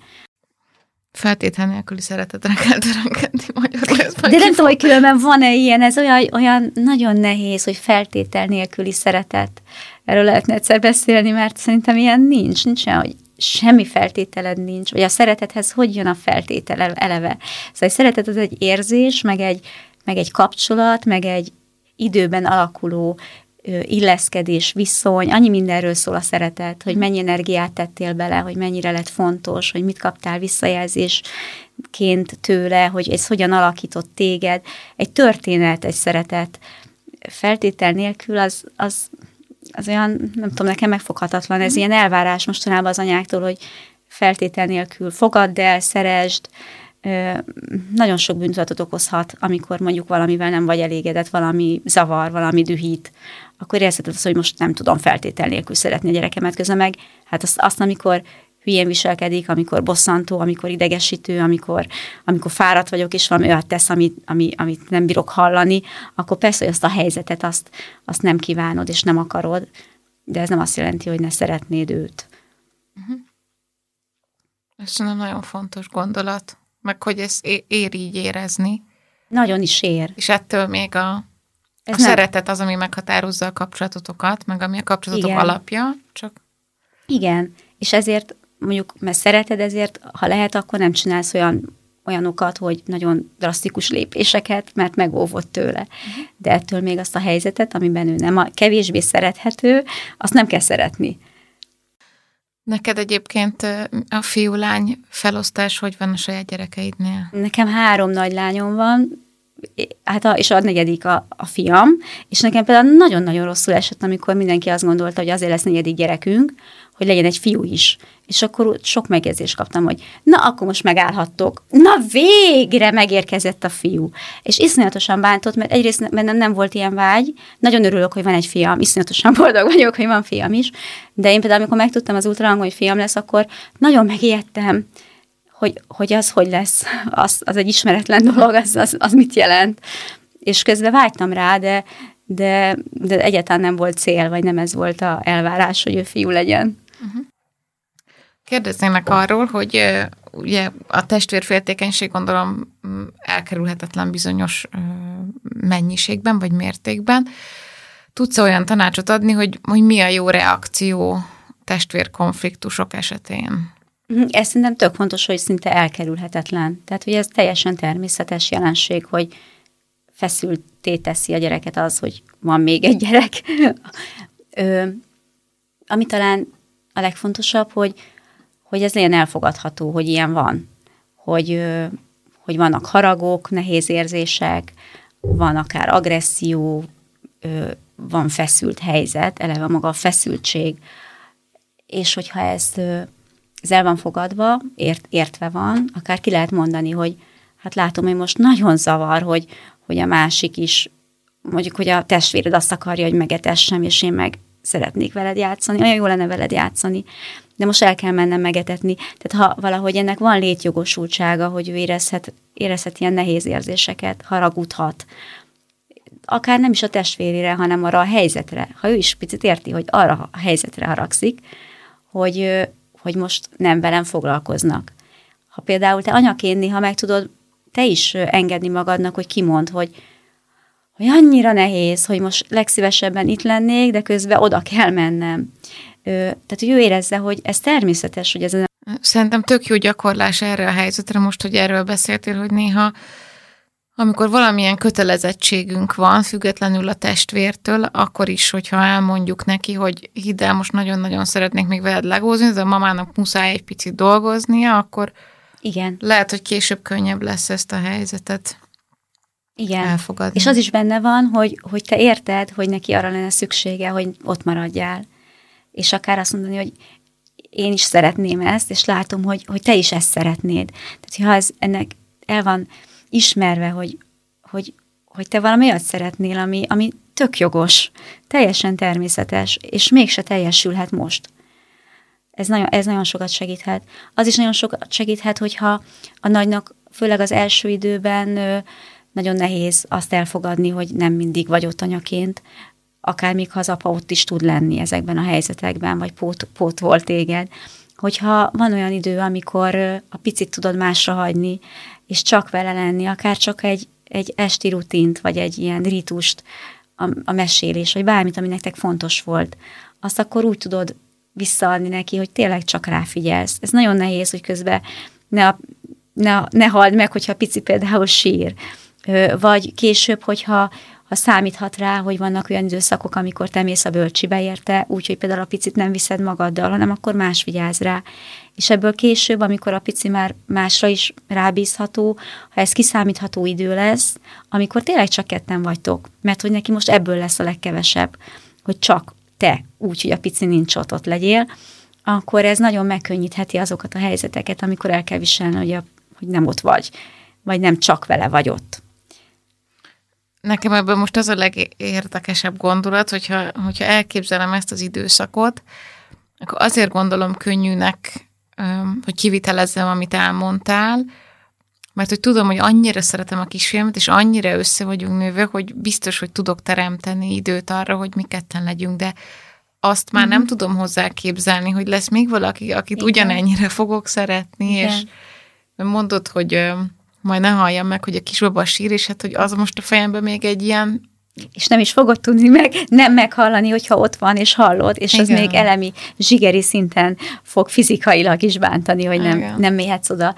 Feltétel nélküli szeretetre kell törekedni magyarul. De nem tudom, hogy különben van-e ilyen, ez olyan nagyon nehéz, hogy feltétel nélküli szeretet. Erről lehetne egyszer beszélni, mert szerintem ilyen nincs olyan, hogy semmi feltételed nincs, vagy a szeretethez hogy jön a feltétel eleve. Szóval a szeretet az egy érzés, meg egy kapcsolat, meg egy időben alakuló illeszkedés, viszony, annyi mindenről szól a szeretet, hogy mennyi energiát tettél bele, hogy mennyire lett fontos, hogy mit kaptál visszajelzésként tőle, hogy ez hogyan alakított téged. Egy történet, egy szeretet feltétel nélkül az olyan, nem tudom, nekem megfoghatatlan, ez ilyen elvárás mostanában az anyáktól, hogy feltétel nélkül fogadd el, szeresd, nagyon sok bűntudatot okozhat, amikor mondjuk valamivel nem vagy elégedett, valami zavar, valami dühít, akkor érzheted azt, hogy most nem tudom feltétel nélkül szeretni a gyerekemet, közben meg hát azt amikor hülyén viselkedik, amikor bosszantó, amikor idegesítő, amikor fáradt vagyok, és valami olyat tesz, amit nem bírok hallani, akkor persze, hogy azt a helyzetet, azt nem kívánod, és nem akarod, de ez nem azt jelenti, hogy ne szeretnéd őt. Ez szerintem nagyon fontos gondolat, meg hogy ezt ér így érezni. Nagyon is ér. És ettől még a szeretet az, ami meghatározza a kapcsolatotokat, meg ami a kapcsolatok alapja, csak... Igen, és ezért mondjuk, mert szereted, ezért, ha lehet, akkor nem csinálsz olyanokat, hogy nagyon drasztikus lépéseket, mert megóvod tőle. De ettől még azt a helyzetet, amiben ő nem kevésbé szerethető, azt nem kell szeretni. Neked egyébként a fiú-lány felosztás hogy van a saját gyerekeidnél? Nekem 3 nagy lányom van, és a 4. a fiam, és nekem például nagyon-nagyon rosszul esett, amikor mindenki azt gondolta, hogy azért lesz 4. gyerekünk, hogy legyen egy fiú is. És akkor sok megjegyzést kaptam, hogy na, akkor most megállhattok. Na, végre megérkezett a fiú. És iszonyatosan bántott, mert egyrészt bennem nem volt ilyen vágy, nagyon örülök, hogy van egy fiam, iszonyatosan boldog vagyok, hogy van fiam is, de én például, amikor megtudtam az ultrahangon, hogy fiam lesz, akkor nagyon megijedtem, hogy az hogy lesz, az egy ismeretlen dolog, az mit jelent. És közben vágytam rá, de de egyáltalán nem volt cél, vagy nem ez volt a elvárás, hogy ő fiú legyen. Kérdeznének arról, hogy ugye a testvérféltékenység gondolom elkerülhetetlen bizonyos mennyiségben, vagy mértékben. Tudsz olyan tanácsot adni, hogy mi a jó reakció testvérkonfliktusok esetén? Ez szerintem tök fontos, hogy szinte elkerülhetetlen. Tehát, hogy ez teljesen természetes jelenség, hogy feszültté teszi a gyereket az, hogy van még egy gyerek. Ami talán a legfontosabb, hogy ez legyen elfogadható, hogy ilyen van. Hogy vannak haragok, nehéz érzések, van akár agresszió, van feszült helyzet, eleve maga a feszültség, és hogyha ez el van fogadva, értve van, akár ki lehet mondani, hogy hát látom, hogy most nagyon zavar, hogy a másik is, mondjuk, hogy a testvéred azt akarja, hogy megetessem, és én meg szeretnék veled játszani, olyan jó lenne veled játszani, de most el kell mennem megetetni. Tehát ha valahogy ennek van létjogosultsága, hogy ő érezhet ilyen nehéz érzéseket, haragudhat, akár nem is a testvérére, hanem arra a helyzetre. Ha ő is picit érti, hogy arra a helyzetre haragszik, hogy most nem velem foglalkoznak. Ha például te anyaként néha meg tudod te is engedni magadnak, hogy kimondd, hogy annyira nehéz, hogy most legszívesebben itt lennék, de közben oda kell mennem. Tehát, hogy ő érezze, hogy ez természetes, hogy ez... Szerintem tök jó gyakorlás erre a helyzetre, most, hogy erről beszéltél, hogy néha, amikor valamilyen kötelezettségünk van, függetlenül a testvértől, akkor is, hogyha elmondjuk neki, hogy hidd el, most nagyon-nagyon szeretnék még veled legózni, de a mamának muszáj egy picit dolgoznia, akkor igen, lehet, hogy később könnyebb lesz ezt a helyzetet elfogadni. És az is benne van, hogy te érted, hogy neki arra lenne szüksége, hogy ott maradjál. És akár azt mondani, hogy én is szeretném ezt, és látom, hogy te is ezt szeretnéd. Tehát, ha ez ennek el van ismerve, hogy te valami olyat szeretnél, ami tök jogos, teljesen természetes, és mégse teljesülhet most. Ez nagyon sokat segíthet. Az is nagyon sokat segíthet, hogyha a nagynak, főleg az első időben nagyon nehéz azt elfogadni, hogy nem mindig vagy ott anyaként, akár még ha az apa ott is tud lenni ezekben a helyzetekben, vagy pótol téged. Hogyha van olyan idő, amikor a picit tudod másra hagyni, és csak vele lenni, akár csak egy esti rutint, vagy egy ilyen ritust, a mesélés, vagy bármit, ami nektek fontos volt, azt akkor úgy tudod visszaadni neki, hogy tényleg csak ráfigyelsz. Ez nagyon nehéz, hogy közben ne halld meg, hogyha a pici például sír. Vagy később, hogyha számíthat rá, hogy vannak olyan időszakok, amikor te mész a bölcsibe érte, úgyhogy például a picit nem viszed magaddal, hanem akkor más vigyáz rá. És ebből később, amikor a pici már másra is rábízható, ha ez kiszámítható idő lesz, amikor tényleg csak ketten vagytok, mert hogy neki most ebből lesz a legkevesebb, hogy csak te, úgy, hogy a pici nincs ott legyél, akkor ez nagyon megkönnyítheti azokat a helyzeteket, amikor el kell viselni, hogy nem ott vagy nem csak vele vagy ott. Nekem ebből most az a legérdekesebb gondolat, hogyha elképzelem ezt az időszakot, akkor azért gondolom könnyűnek, hogy kivitelezzem, amit elmondtál, mert hogy tudom, hogy annyira szeretem a kisfiamat, és annyira össze vagyunk nőve, hogy biztos, hogy tudok teremteni időt arra, hogy mi ketten legyünk, de azt már nem tudom hozzá képzelni, hogy lesz még valaki, akit igen, ugyanennyire fogok szeretni, igen, és mondod, hogy majd ne halljam meg, hogy a kisbaba sír, és hát, hogy az most a fejemben még egy ilyen... És nem is fogod tudni nem meghallani, hogyha ott van, és hallod, és igen, az még elemi, zsigeri szinten fog fizikailag is bántani, hogy nem méhetsz oda.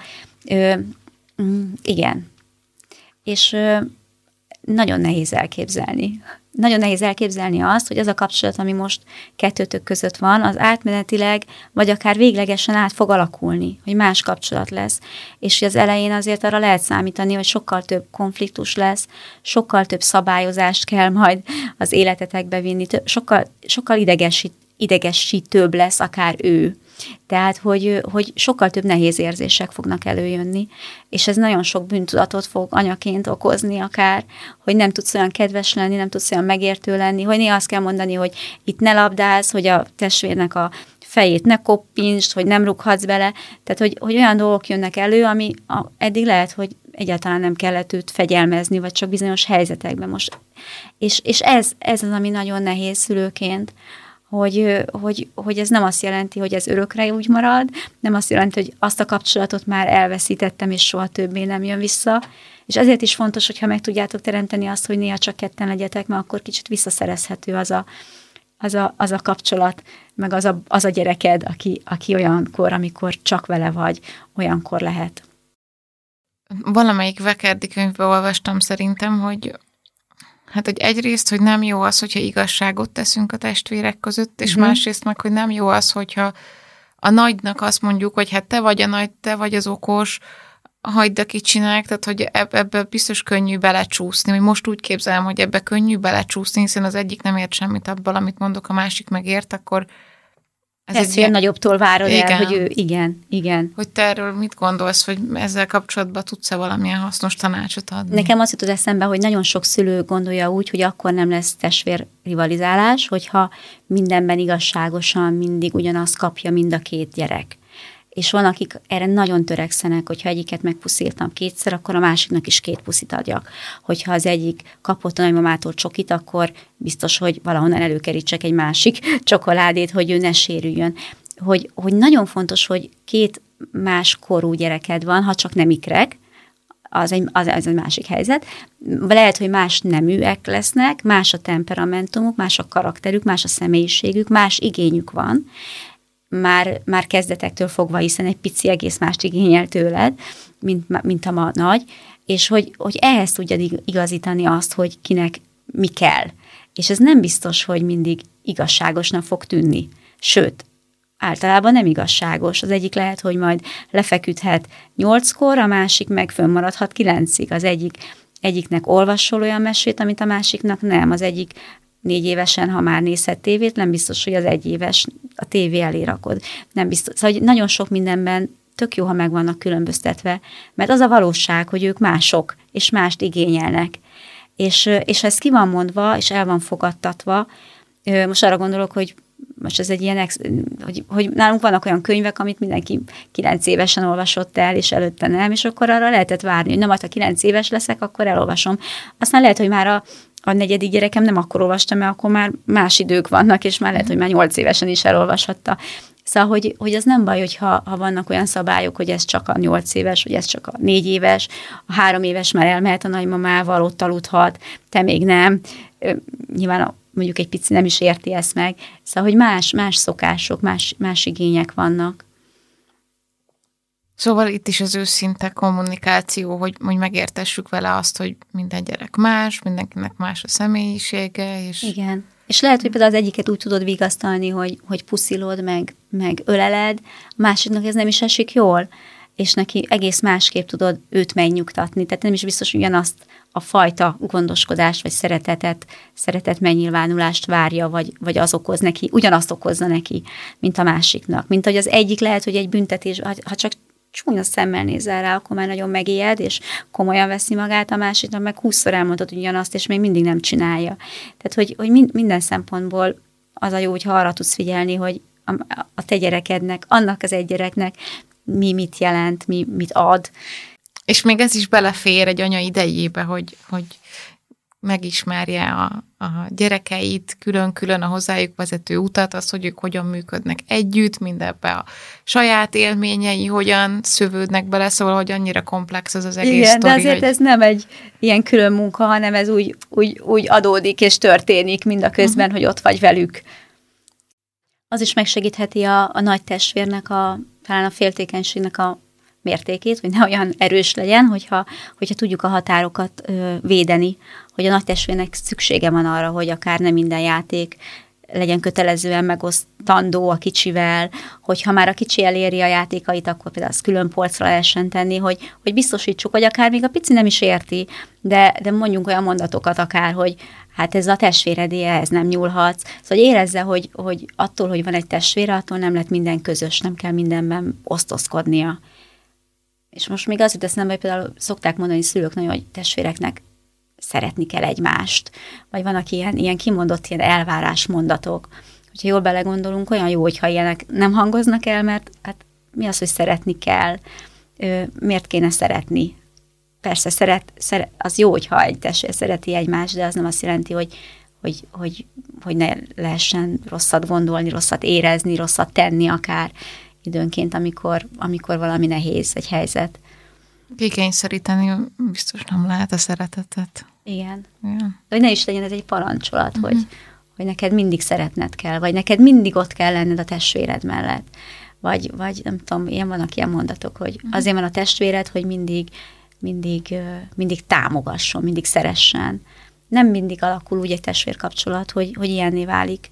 Igen. És nagyon nehéz elképzelni. Nagyon nehéz elképzelni azt, hogy az a kapcsolat, ami most kettőtök között van, az átmenetileg, vagy akár véglegesen át fog alakulni, hogy más kapcsolat lesz. És hogy az elején azért arra lehet számítani, hogy sokkal több konfliktus lesz, sokkal több szabályozást kell majd az életetekbe vinni, sokkal idegesítőbb lesz akár ő. Tehát, hogy sokkal több nehéz érzések fognak előjönni, és ez nagyon sok bűntudatot fog anyaként okozni akár, hogy nem tudsz olyan kedves lenni, nem tudsz olyan megértő lenni, hogy néha azt kell mondani, hogy itt ne labdázz, hogy a testvérnek a fejét ne koppintsd, hogy nem rughatsz bele, tehát, hogy olyan dolgok jönnek elő, ami eddig lehet, hogy egyáltalán nem kellett őt fegyelmezni, vagy csak bizonyos helyzetekben most. És ez az, ami nagyon nehéz szülőként, hogy ez nem azt jelenti, hogy ez örökre úgy marad, nem azt jelenti, hogy azt a kapcsolatot már elveszítettem, és soha többé nem jön vissza. És ezért is fontos, hogyha meg tudjátok teremteni azt, hogy néha csak ketten legyetek, mert akkor kicsit visszaszerezhető az a kapcsolat, meg az a gyereked, aki olyankor, amikor csak vele vagy, olyankor lehet. Valamelyik Vekerdi könyvben olvastam szerintem, hogy egyrészt, hogy nem jó az, hogyha igazságot teszünk a testvérek között, és másrészt meg, hogy nem jó az, hogyha a nagynak azt mondjuk, hogy hát te vagy a nagy, te vagy az okos, hagyd, aki csinálják, tehát hogy ebbe biztos könnyű belecsúszni, hogy most úgy képzelem, hogy ebbe könnyű belecsúszni, hiszen az egyik nem ért semmit abból, amit mondok, a másik megért, akkor ez ilyen nagyobbtól várod el, hogy ő igen. Hogy te erről mit gondolsz, hogy ezzel kapcsolatban tudsz-e valamilyen hasznos tanácsot adni? Nekem azt jutott eszembe, hogy nagyon sok szülő gondolja úgy, hogy akkor nem lesz testvérrivalizálás, hogyha mindenben igazságosan mindig ugyanazt kapja mind a két gyerek. És van, akik erre nagyon törekszenek, hogyha egyiket megpuszítam kétszer, akkor a másiknak is 2 puszit adjak. Hogyha az egyik kapott a nagymamától csokit, akkor biztos, hogy valahonnan előkerítsek egy másik csokoládét, hogy ő ne sérüljön. Hogy nagyon fontos, hogy 2 más korú gyereked van, ha csak nem ikrek, az egy másik helyzet. Lehet, hogy más neműek lesznek, más a temperamentumuk, más a karakterük, más a személyiségük, más igényük van, már kezdetektől fogva, hiszen egy pici egész mást igényel tőled, mint a nagy, és hogy ehhez tudjad igazítani azt, hogy kinek mi kell. És ez nem biztos, hogy mindig igazságosnak fog tűnni. Sőt, általában nem igazságos. Az egyik lehet, hogy majd lefeküdhet 8-kor, a másik meg fönnmaradhat 9-ig. Az egyiknek olvasol olyan mesét, amit a másiknak nem. Az egyik 4 évesen, ha már nézhet tévét, nem biztos, hogy az 1 éves a tévé elé rakod. Nem biztos. Szóval nagyon sok mindenben tök jó, ha meg vannak különböztetve, mert az a valóság, hogy ők mások, és mást igényelnek. És ez ki van mondva, és el van fogadtatva. Most arra gondolok, hogy most ez egy ilyen, hogy nálunk vannak olyan könyvek, amit mindenki 9 évesen olvasott el, és előtte nem, és akkor arra lehetett várni, hogy na majd, ha 9 éves leszek, akkor elolvasom. Aztán lehet, hogy már a 4. gyerekem nem akkor olvastam, mert akkor már más idők vannak, és már lehet, hogy már 8 évesen is elolvashatta. Szóval, hogy az nem baj, hogyha vannak olyan szabályok, hogy ez csak a 8 éves, hogy ez csak a 4 éves, a 3 éves már elmehet a nagymamával, ott aludhat, te még nem. Nyilván mondjuk egy pici nem is érti ezt meg. Szóval, hogy más szokások, más igények vannak. Szóval itt is az őszinte kommunikáció, hogy megértessük vele azt, hogy minden gyerek más, mindenkinek más a személyisége. És... Igen. És lehet, hogy például az egyiket úgy tudod vigasztalni, hogy puszilod, meg öleled, a másiknak ez nem is esik jól, és neki egész másképp tudod őt megnyugtatni. Tehát nem is biztos, hogy ugyanazt a fajta gondoskodást, vagy szeretet megnyilvánulást várja, vagy az okoz neki, ugyanazt okozza neki, mint a másiknak. Mint hogy az egyik lehet, hogy egy büntetés, ha csak csúnya szemmel nézel rá, akkor már nagyon megijed, és komolyan veszi magát, a másiknak meg 20-szor elmondod ugyanazt, és még mindig nem csinálja. Tehát, hogy minden szempontból az a jó, hogyha arra tudsz figyelni, hogy a te gyerekednek, annak az egy gyereknek mit jelent, mit ad. És még ez is belefér egy anya idejébe, hogy megismerje a gyerekeit, külön-külön a hozzájuk vezető utat, az, hogy ők hogyan működnek együtt, mindebbe a saját élményei, hogyan szövődnek bele, szóval, hogy annyira komplex az egész sztori. De azért ez nem egy ilyen külön munka, hanem ez úgy adódik és történik mindaközben, hogy ott vagy velük. Az is megsegítheti a nagy testvérnek, talán a féltékenységnek a mértékét, hogy ne olyan erős legyen, hogyha tudjuk a határokat védeni, hogy a nagy testvérnek szüksége van arra, hogy akár nem minden játék legyen kötelezően megosztandó a kicsivel, hogyha már a kicsi eléri a játékait, akkor például azt külön polcra lehessen tenni, hogy biztosítsuk, hogy akár még a pici nem is érti, de mondjunk olyan mondatokat akár, hogy hát ez a testvéredé, ez nem nyúlhatsz. Szóval érezze, hogy attól, hogy van egy testvére, attól nem lett minden közös, nem kell mindenben osztozkodnia. És most még az jut eszembe, hogy például szokták mondani szülők nagyon, hogy testvéreknek szeretni kell egymást. Vagy vannak ilyen kimondott ilyen elvárás mondatok. Hogyha jól belegondolunk, olyan jó, hogyha ilyenek nem hangoznak el, mert hát mi az, hogy szeretni kell? Miért kéne szeretni? persze az jó, hogyha egy testvér szereti egymást, de az nem azt jelenti, hogy ne lehessen rosszat gondolni, rosszat érezni, rosszat tenni akár időnként, amikor valami nehéz egy helyzet. Kikényszeríteni biztos nem lehet a szeretetet. Igen. Ja. De hogy ne is legyen ez egy parancsolat, hogy neked mindig szeretned kell, vagy neked mindig ott kell lenned a testvéred mellett. Vagy nem tudom, vannak ilyen mondatok, hogy azért van a testvéred, hogy mindig támogasson, mindig szeressen. Nem mindig alakul úgy egy testvérkapcsolat, hogy ilyenné válik.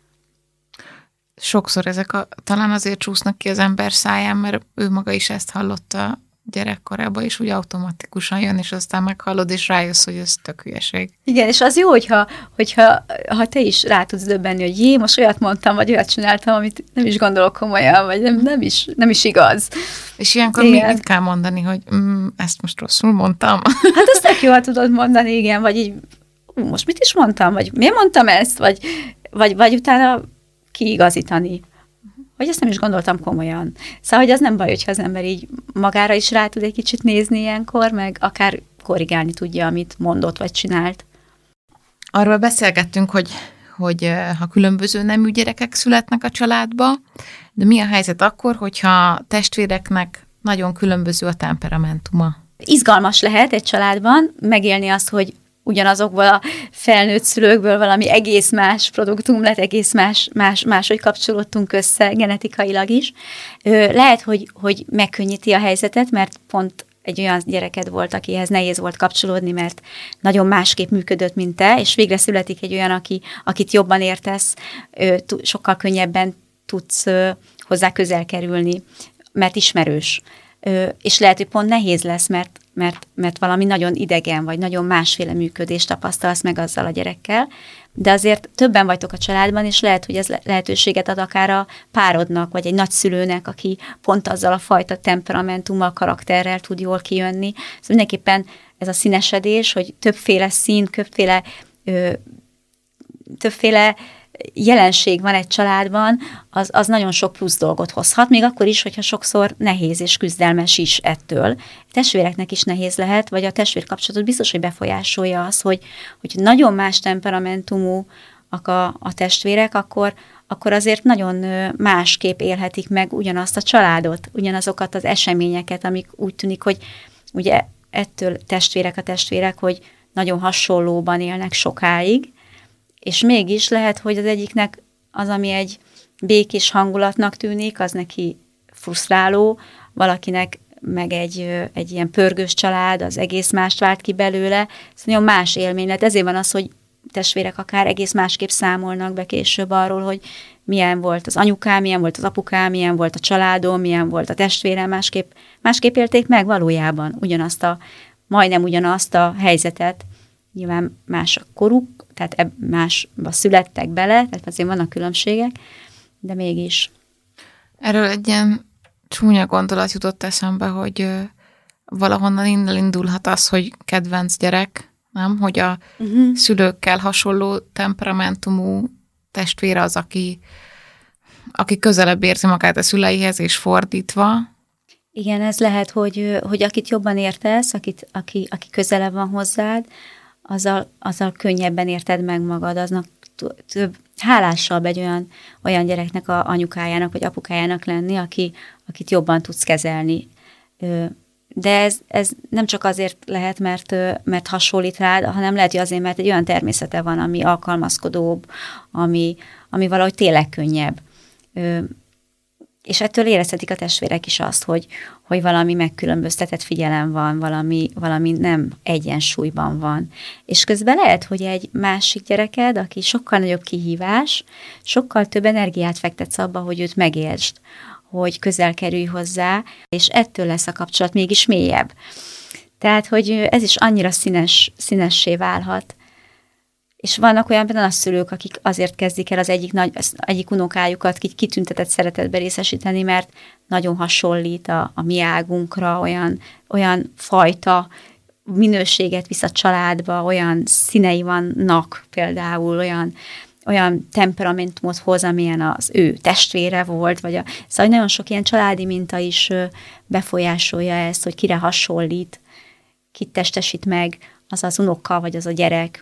Sokszor ezek talán azért csúsznak ki az ember száján, mert ő maga is ezt hallotta gyerekkorában, és úgy automatikusan jön, és aztán meghallod, és rájössz, hogy ez tök hülyeség. Igen, és az jó, hogyha te is rá tudsz döbbenni, hogy jé, most olyat mondtam, vagy olyat csináltam, amit nem is gondolok komolyan, vagy nem is igaz. És ilyenkor mit kell mondani, hogy ezt most rosszul mondtam? Hát ezt tök jól tudod mondani, igen, vagy így, most mit is mondtam, vagy miért mondtam ezt, vagy utána kiigazítani. Vagy ezt nem is gondoltam komolyan. Szóval, hogy az nem baj, hogyha az ember így magára is rá tud egy kicsit nézni ilyenkor, meg akár korrigálni tudja, amit mondott vagy csinált. Arról beszélgettünk, hogy ha különböző nemű gyerekek születnek a családba, de mi a helyzet akkor, hogyha testvéreknek nagyon különböző a tempeраmentuma? Izgalmas lehet egy családban megélni azt, hogy ugyanazokból a felnőtt szülőkből valami egész más produktum lett, egész máshogy kapcsolódtunk össze genetikailag is. Lehet, hogy megkönnyíti a helyzetet, mert pont egy olyan gyereked volt, akihez nehéz volt kapcsolódni, mert nagyon másképp működött, mint te, és végre születik egy olyan, akit jobban értesz, sokkal könnyebben tudsz hozzá közel kerülni, mert ismerős. És lehet, hogy pont nehéz lesz, mert valami nagyon idegen, vagy nagyon másféle működést tapasztalsz meg azzal a gyerekkel, de azért többen vagytok a családban, és lehet, hogy ez lehetőséget ad akár a párodnak, vagy egy nagyszülőnek, aki pont azzal a fajta temperamentummal, karakterrel tud jól kijönni. Szóval mindenképpen ez a színesedés, hogy többféle szín, többféle jelenség van egy családban, az nagyon sok plusz dolgot hozhat, még akkor is, hogyha sokszor nehéz és küzdelmes is ettől. A testvéreknek is nehéz lehet, vagy a testvérkapcsolatot biztos, hogy befolyásolja az, hogy nagyon más temperamentumú a testvérek, akkor azért nagyon másképp élhetik meg ugyanazt a családot, ugyanazokat az eseményeket, amik úgy tűnik, hogy ugye ettől testvérek, hogy nagyon hasonlóban élnek sokáig, és mégis lehet, hogy az egyiknek az, ami egy békés hangulatnak tűnik, az neki frusztráló, valakinek meg egy ilyen pörgős család, az egész mást vált ki belőle. Ez nagyon más élmény lett. Ezért van az, hogy testvérek akár egész másképp számolnak be később arról, hogy milyen volt az anyukám, milyen volt az apukám, milyen volt a családom, milyen volt a testvérem, másképp élték meg valójában majdnem ugyanazt a helyzetet. Nyilván más a koruk, tehát másba születtek bele, tehát azért vannak különbségek, de mégis. Erről egy ilyen csúnya gondolat jutott eszembe, hogy valahonnan innen indulhat az, hogy kedvenc gyerek, nem? Hogy a szülőkkel hasonló temperamentumú testvére az, aki közelebb érzi magát a szüleihez, és fordítva. Igen, ez lehet, hogy akit jobban értesz, aki közelebb van hozzád, azzal könnyebben érted meg magad, aznak több hálásabb egy olyan gyereknek a anyukájának vagy apukájának lenni, akit jobban tudsz kezelni. De ez nem csak azért lehet, mert hasonlít rád, hanem lehet, hogy azért, mert egy olyan természete van, ami alkalmazkodóbb, ami valahogy tényleg könnyebb. És ettől érezhetik a testvérek is azt, hogy valami megkülönböztetett figyelem van, valami nem egyensúlyban van. És közben lehet, hogy egy másik gyereked, aki sokkal nagyobb kihívás, sokkal több energiát fektetsz abba, hogy őt megértsd, hogy közel kerülj hozzá, és ettől lesz a kapcsolat mégis mélyebb. Tehát, hogy ez is annyira színessé válhat. És vannak olyan például szülők, akik azért kezdik el az egyik unokájukat kitüntetett szeretetbe részesíteni, mert nagyon hasonlít a mi águnkra, olyan fajta minőséget visz a családba, olyan színei vannak például, olyan temperamentumot hoz, amilyen az ő testvére volt, szóval nagyon sok ilyen családi minta is befolyásolja ezt, hogy kire hasonlít, kit testesít meg az az unoka, vagy az a gyerek.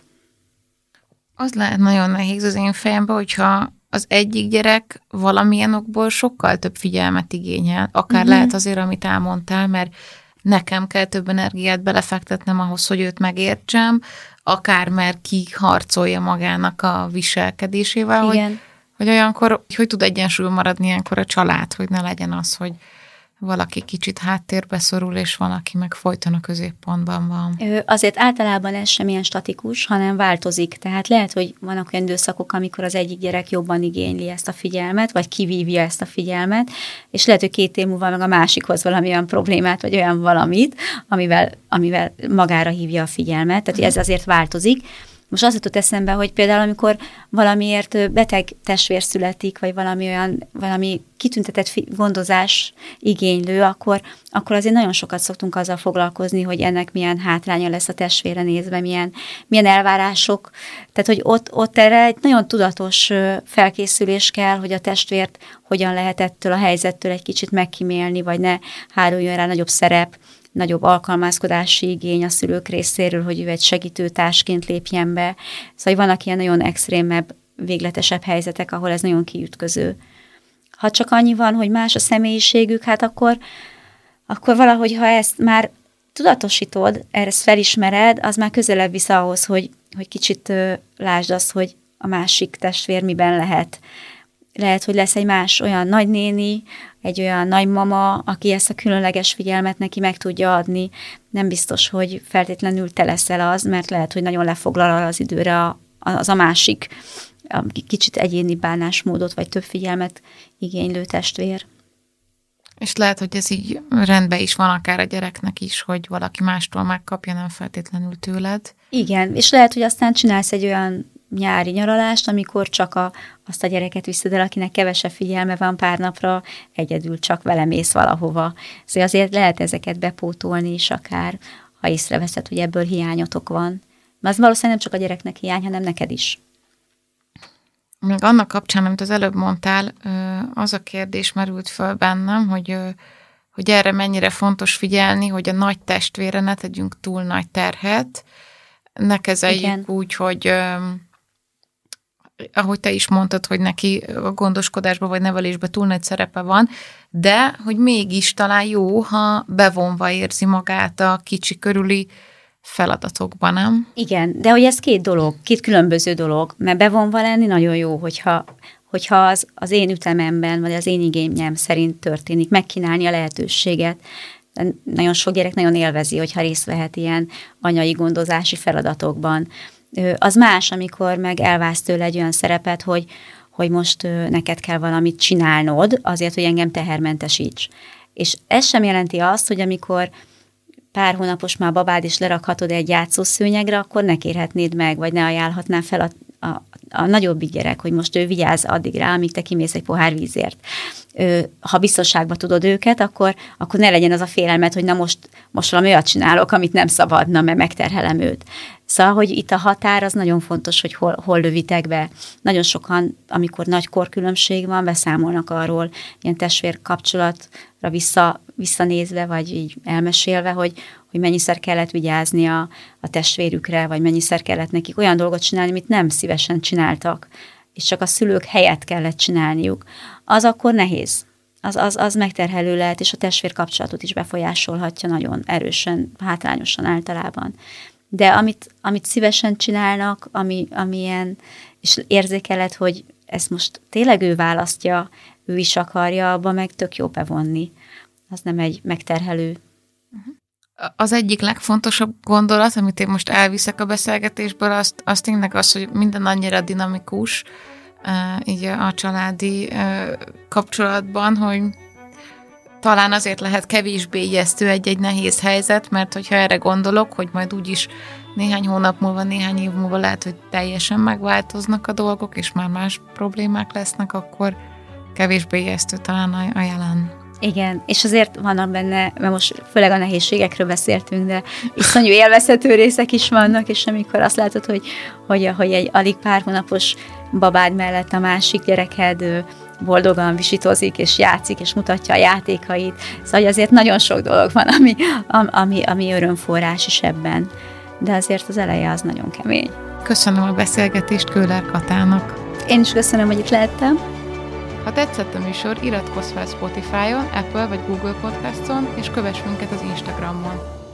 Az lehet nagyon nehéz az én fejemben, hogyha az egyik gyerek valamilyen okból sokkal több figyelmet igényel. Akár lehet azért, amit elmondtál, mert nekem kell több energiát belefektetnem ahhoz, hogy őt megértsem, akár mert kiharcolja magának a viselkedésével, hogy olyankor, hogy tud egyensúly maradni ilyenkor a család, hogy ne legyen az, hogy valaki kicsit háttérbe szorul, és valaki meg folyton a középpontban van. Azért általában ez sem ilyen statikus, hanem változik. Tehát lehet, hogy vannak olyan időszakok, amikor az egyik gyerek jobban igényli ezt a figyelmet, vagy kivívja ezt a figyelmet, és lehet, hogy 2 év múlva meg a másikhoz valami olyan problémát, vagy olyan valamit, amivel magára hívja a figyelmet. Tehát ez azért változik. Most az jutott eszembe, hogy például amikor valamiért beteg testvér születik, vagy valami kitüntetett gondozás igénylő, akkor azért nagyon sokat szoktunk azzal foglalkozni, hogy ennek milyen hátránya lesz a testvére nézve, milyen elvárások. Tehát, hogy ott erre egy nagyon tudatos felkészülés kell, hogy a testvért hogyan lehet ettől a helyzettől egy kicsit megkímélni, vagy ne háruljon rá nagyobb szerep, nagyobb alkalmazkodási igény a szülők részéről, hogy ő egy segítőtársként lépjen be. Szóval vannak ilyen nagyon extrémebb, végletesebb helyzetek, ahol ez nagyon kiütköző. Ha csak annyi van, hogy más a személyiségük, hát akkor valahogy, ha ezt már tudatosítod, ezt felismered, az már közelebb visz ahhoz, hogy kicsit lásd azt, hogy a másik testvér miben lehet. Lehet, hogy lesz egy más olyan nagynéni, egy olyan nagymama, aki ezt a különleges figyelmet neki meg tudja adni. Nem biztos, hogy feltétlenül te leszel az, mert lehet, hogy nagyon lefoglal az időre az a másik kicsit egyéni bánásmódot, vagy több figyelmet igénylő testvér. És lehet, hogy ez így rendben is van akár a gyereknek is, hogy valaki mástól megkapja, nem feltétlenül tőled. Igen, és lehet, hogy aztán csinálsz egy olyan nyári nyaralást, amikor csak azt a gyereket viszed el, akinek kevesebb figyelme van pár napra, egyedül csak vele mész valahova. Szóval azért lehet ezeket bepótolni is akár, ha észreveszed, hogy ebből hiányotok van. Mert az valószínűleg nem csak a gyereknek hiány, hanem neked is. Meg annak kapcsán, amit az előbb mondtál, az a kérdés merült föl bennem, hogy erre mennyire fontos figyelni, hogy a nagy testvére ne tegyünk túl nagy terhet, ne kezeljük úgy, hogy ahogy te is mondtad, hogy neki a gondoskodásban vagy nevelésben túl nagy szerepe van, de hogy mégis talán jó, ha bevonva érzi magát a kicsi körüli feladatokban, nem? Igen, de hogy ez két különböző dolog, mert bevonva lenni nagyon jó, hogyha az én ütememben, vagy az én igényem szerint történik, megkínálni a lehetőséget. Nagyon sok gyerek nagyon élvezi, hogyha részt vehet ilyen anyai gondozási feladatokban. Az más, amikor meg elválsz tőle egy olyan szerepet, hogy most neked kell valamit csinálnod, azért, hogy engem tehermentesíts. És ez sem jelenti azt, hogy amikor pár hónapos már babád, és lerakhatod egy játszószőnyegre, akkor ne kérhetnéd meg, vagy ne ajánlhatnál fel a nagyobbik gyerek, hogy most ő vigyázz addig rá, amíg te kimész egy pohár vízért. Ha biztonságban tudod őket, akkor ne legyen az a félelmet, hogy na most valami olyat csinálok, amit nem szabadna, mert megterhelem őt. Szóval, hogy itt a határ az nagyon fontos, hogy hol lövitek be. Nagyon sokan, amikor nagy korkülönbség van, beszámolnak arról, ilyen testvér kapcsolatra visszanézve, vagy így elmesélve, hogy mennyiszer kellett vigyázni a testvérükre, vagy mennyiszer kellett nekik olyan dolgot csinálni, amit nem szívesen csináltak, és csak a szülők helyett kellett csinálniuk. Az akkor nehéz. Az megterhelő lehet, és a testvér kapcsolatot is befolyásolhatja nagyon erősen, hátrányosan általában. De amit szívesen csinálnak, amilyen, és érzékeled, hogy ezt most tényleg ő választja, ő is akarja, abba meg tök jó bevonni. Az nem egy megterhelő. Az egyik legfontosabb gondolat, amit én most elviszek a beszélgetésből, az tényleg az, hogy minden annyira dinamikus, így a családi kapcsolatban, hogy talán azért lehet kevésbé ijesztő egy nehéz helyzet, mert hogyha erre gondolok, hogy majd úgyis néhány hónap múlva, néhány év múlva lehet, hogy teljesen megváltoznak a dolgok, és már más problémák lesznek, akkor kevésbé ijesztő talán a jelen. Igen, és azért vannak benne, mert most főleg a nehézségekről beszéltünk, de iszonyú élvezhető részek is vannak, és amikor azt látod, hogy egy alig pár hónapos babád mellett a másik gyereked boldogan visítozik, és játszik, és mutatja a játékait. Szóval azért nagyon sok dolog van, ami örömforrás is ebben. De azért az eleje az nagyon kemény. Köszönöm a beszélgetést Köhler Katának. Én is köszönöm, hogy itt lehettem. Ha tetszett a műsor, iratkozz fel Spotify-on, Apple vagy Google Podcaston, és kövess minket az Instagramon.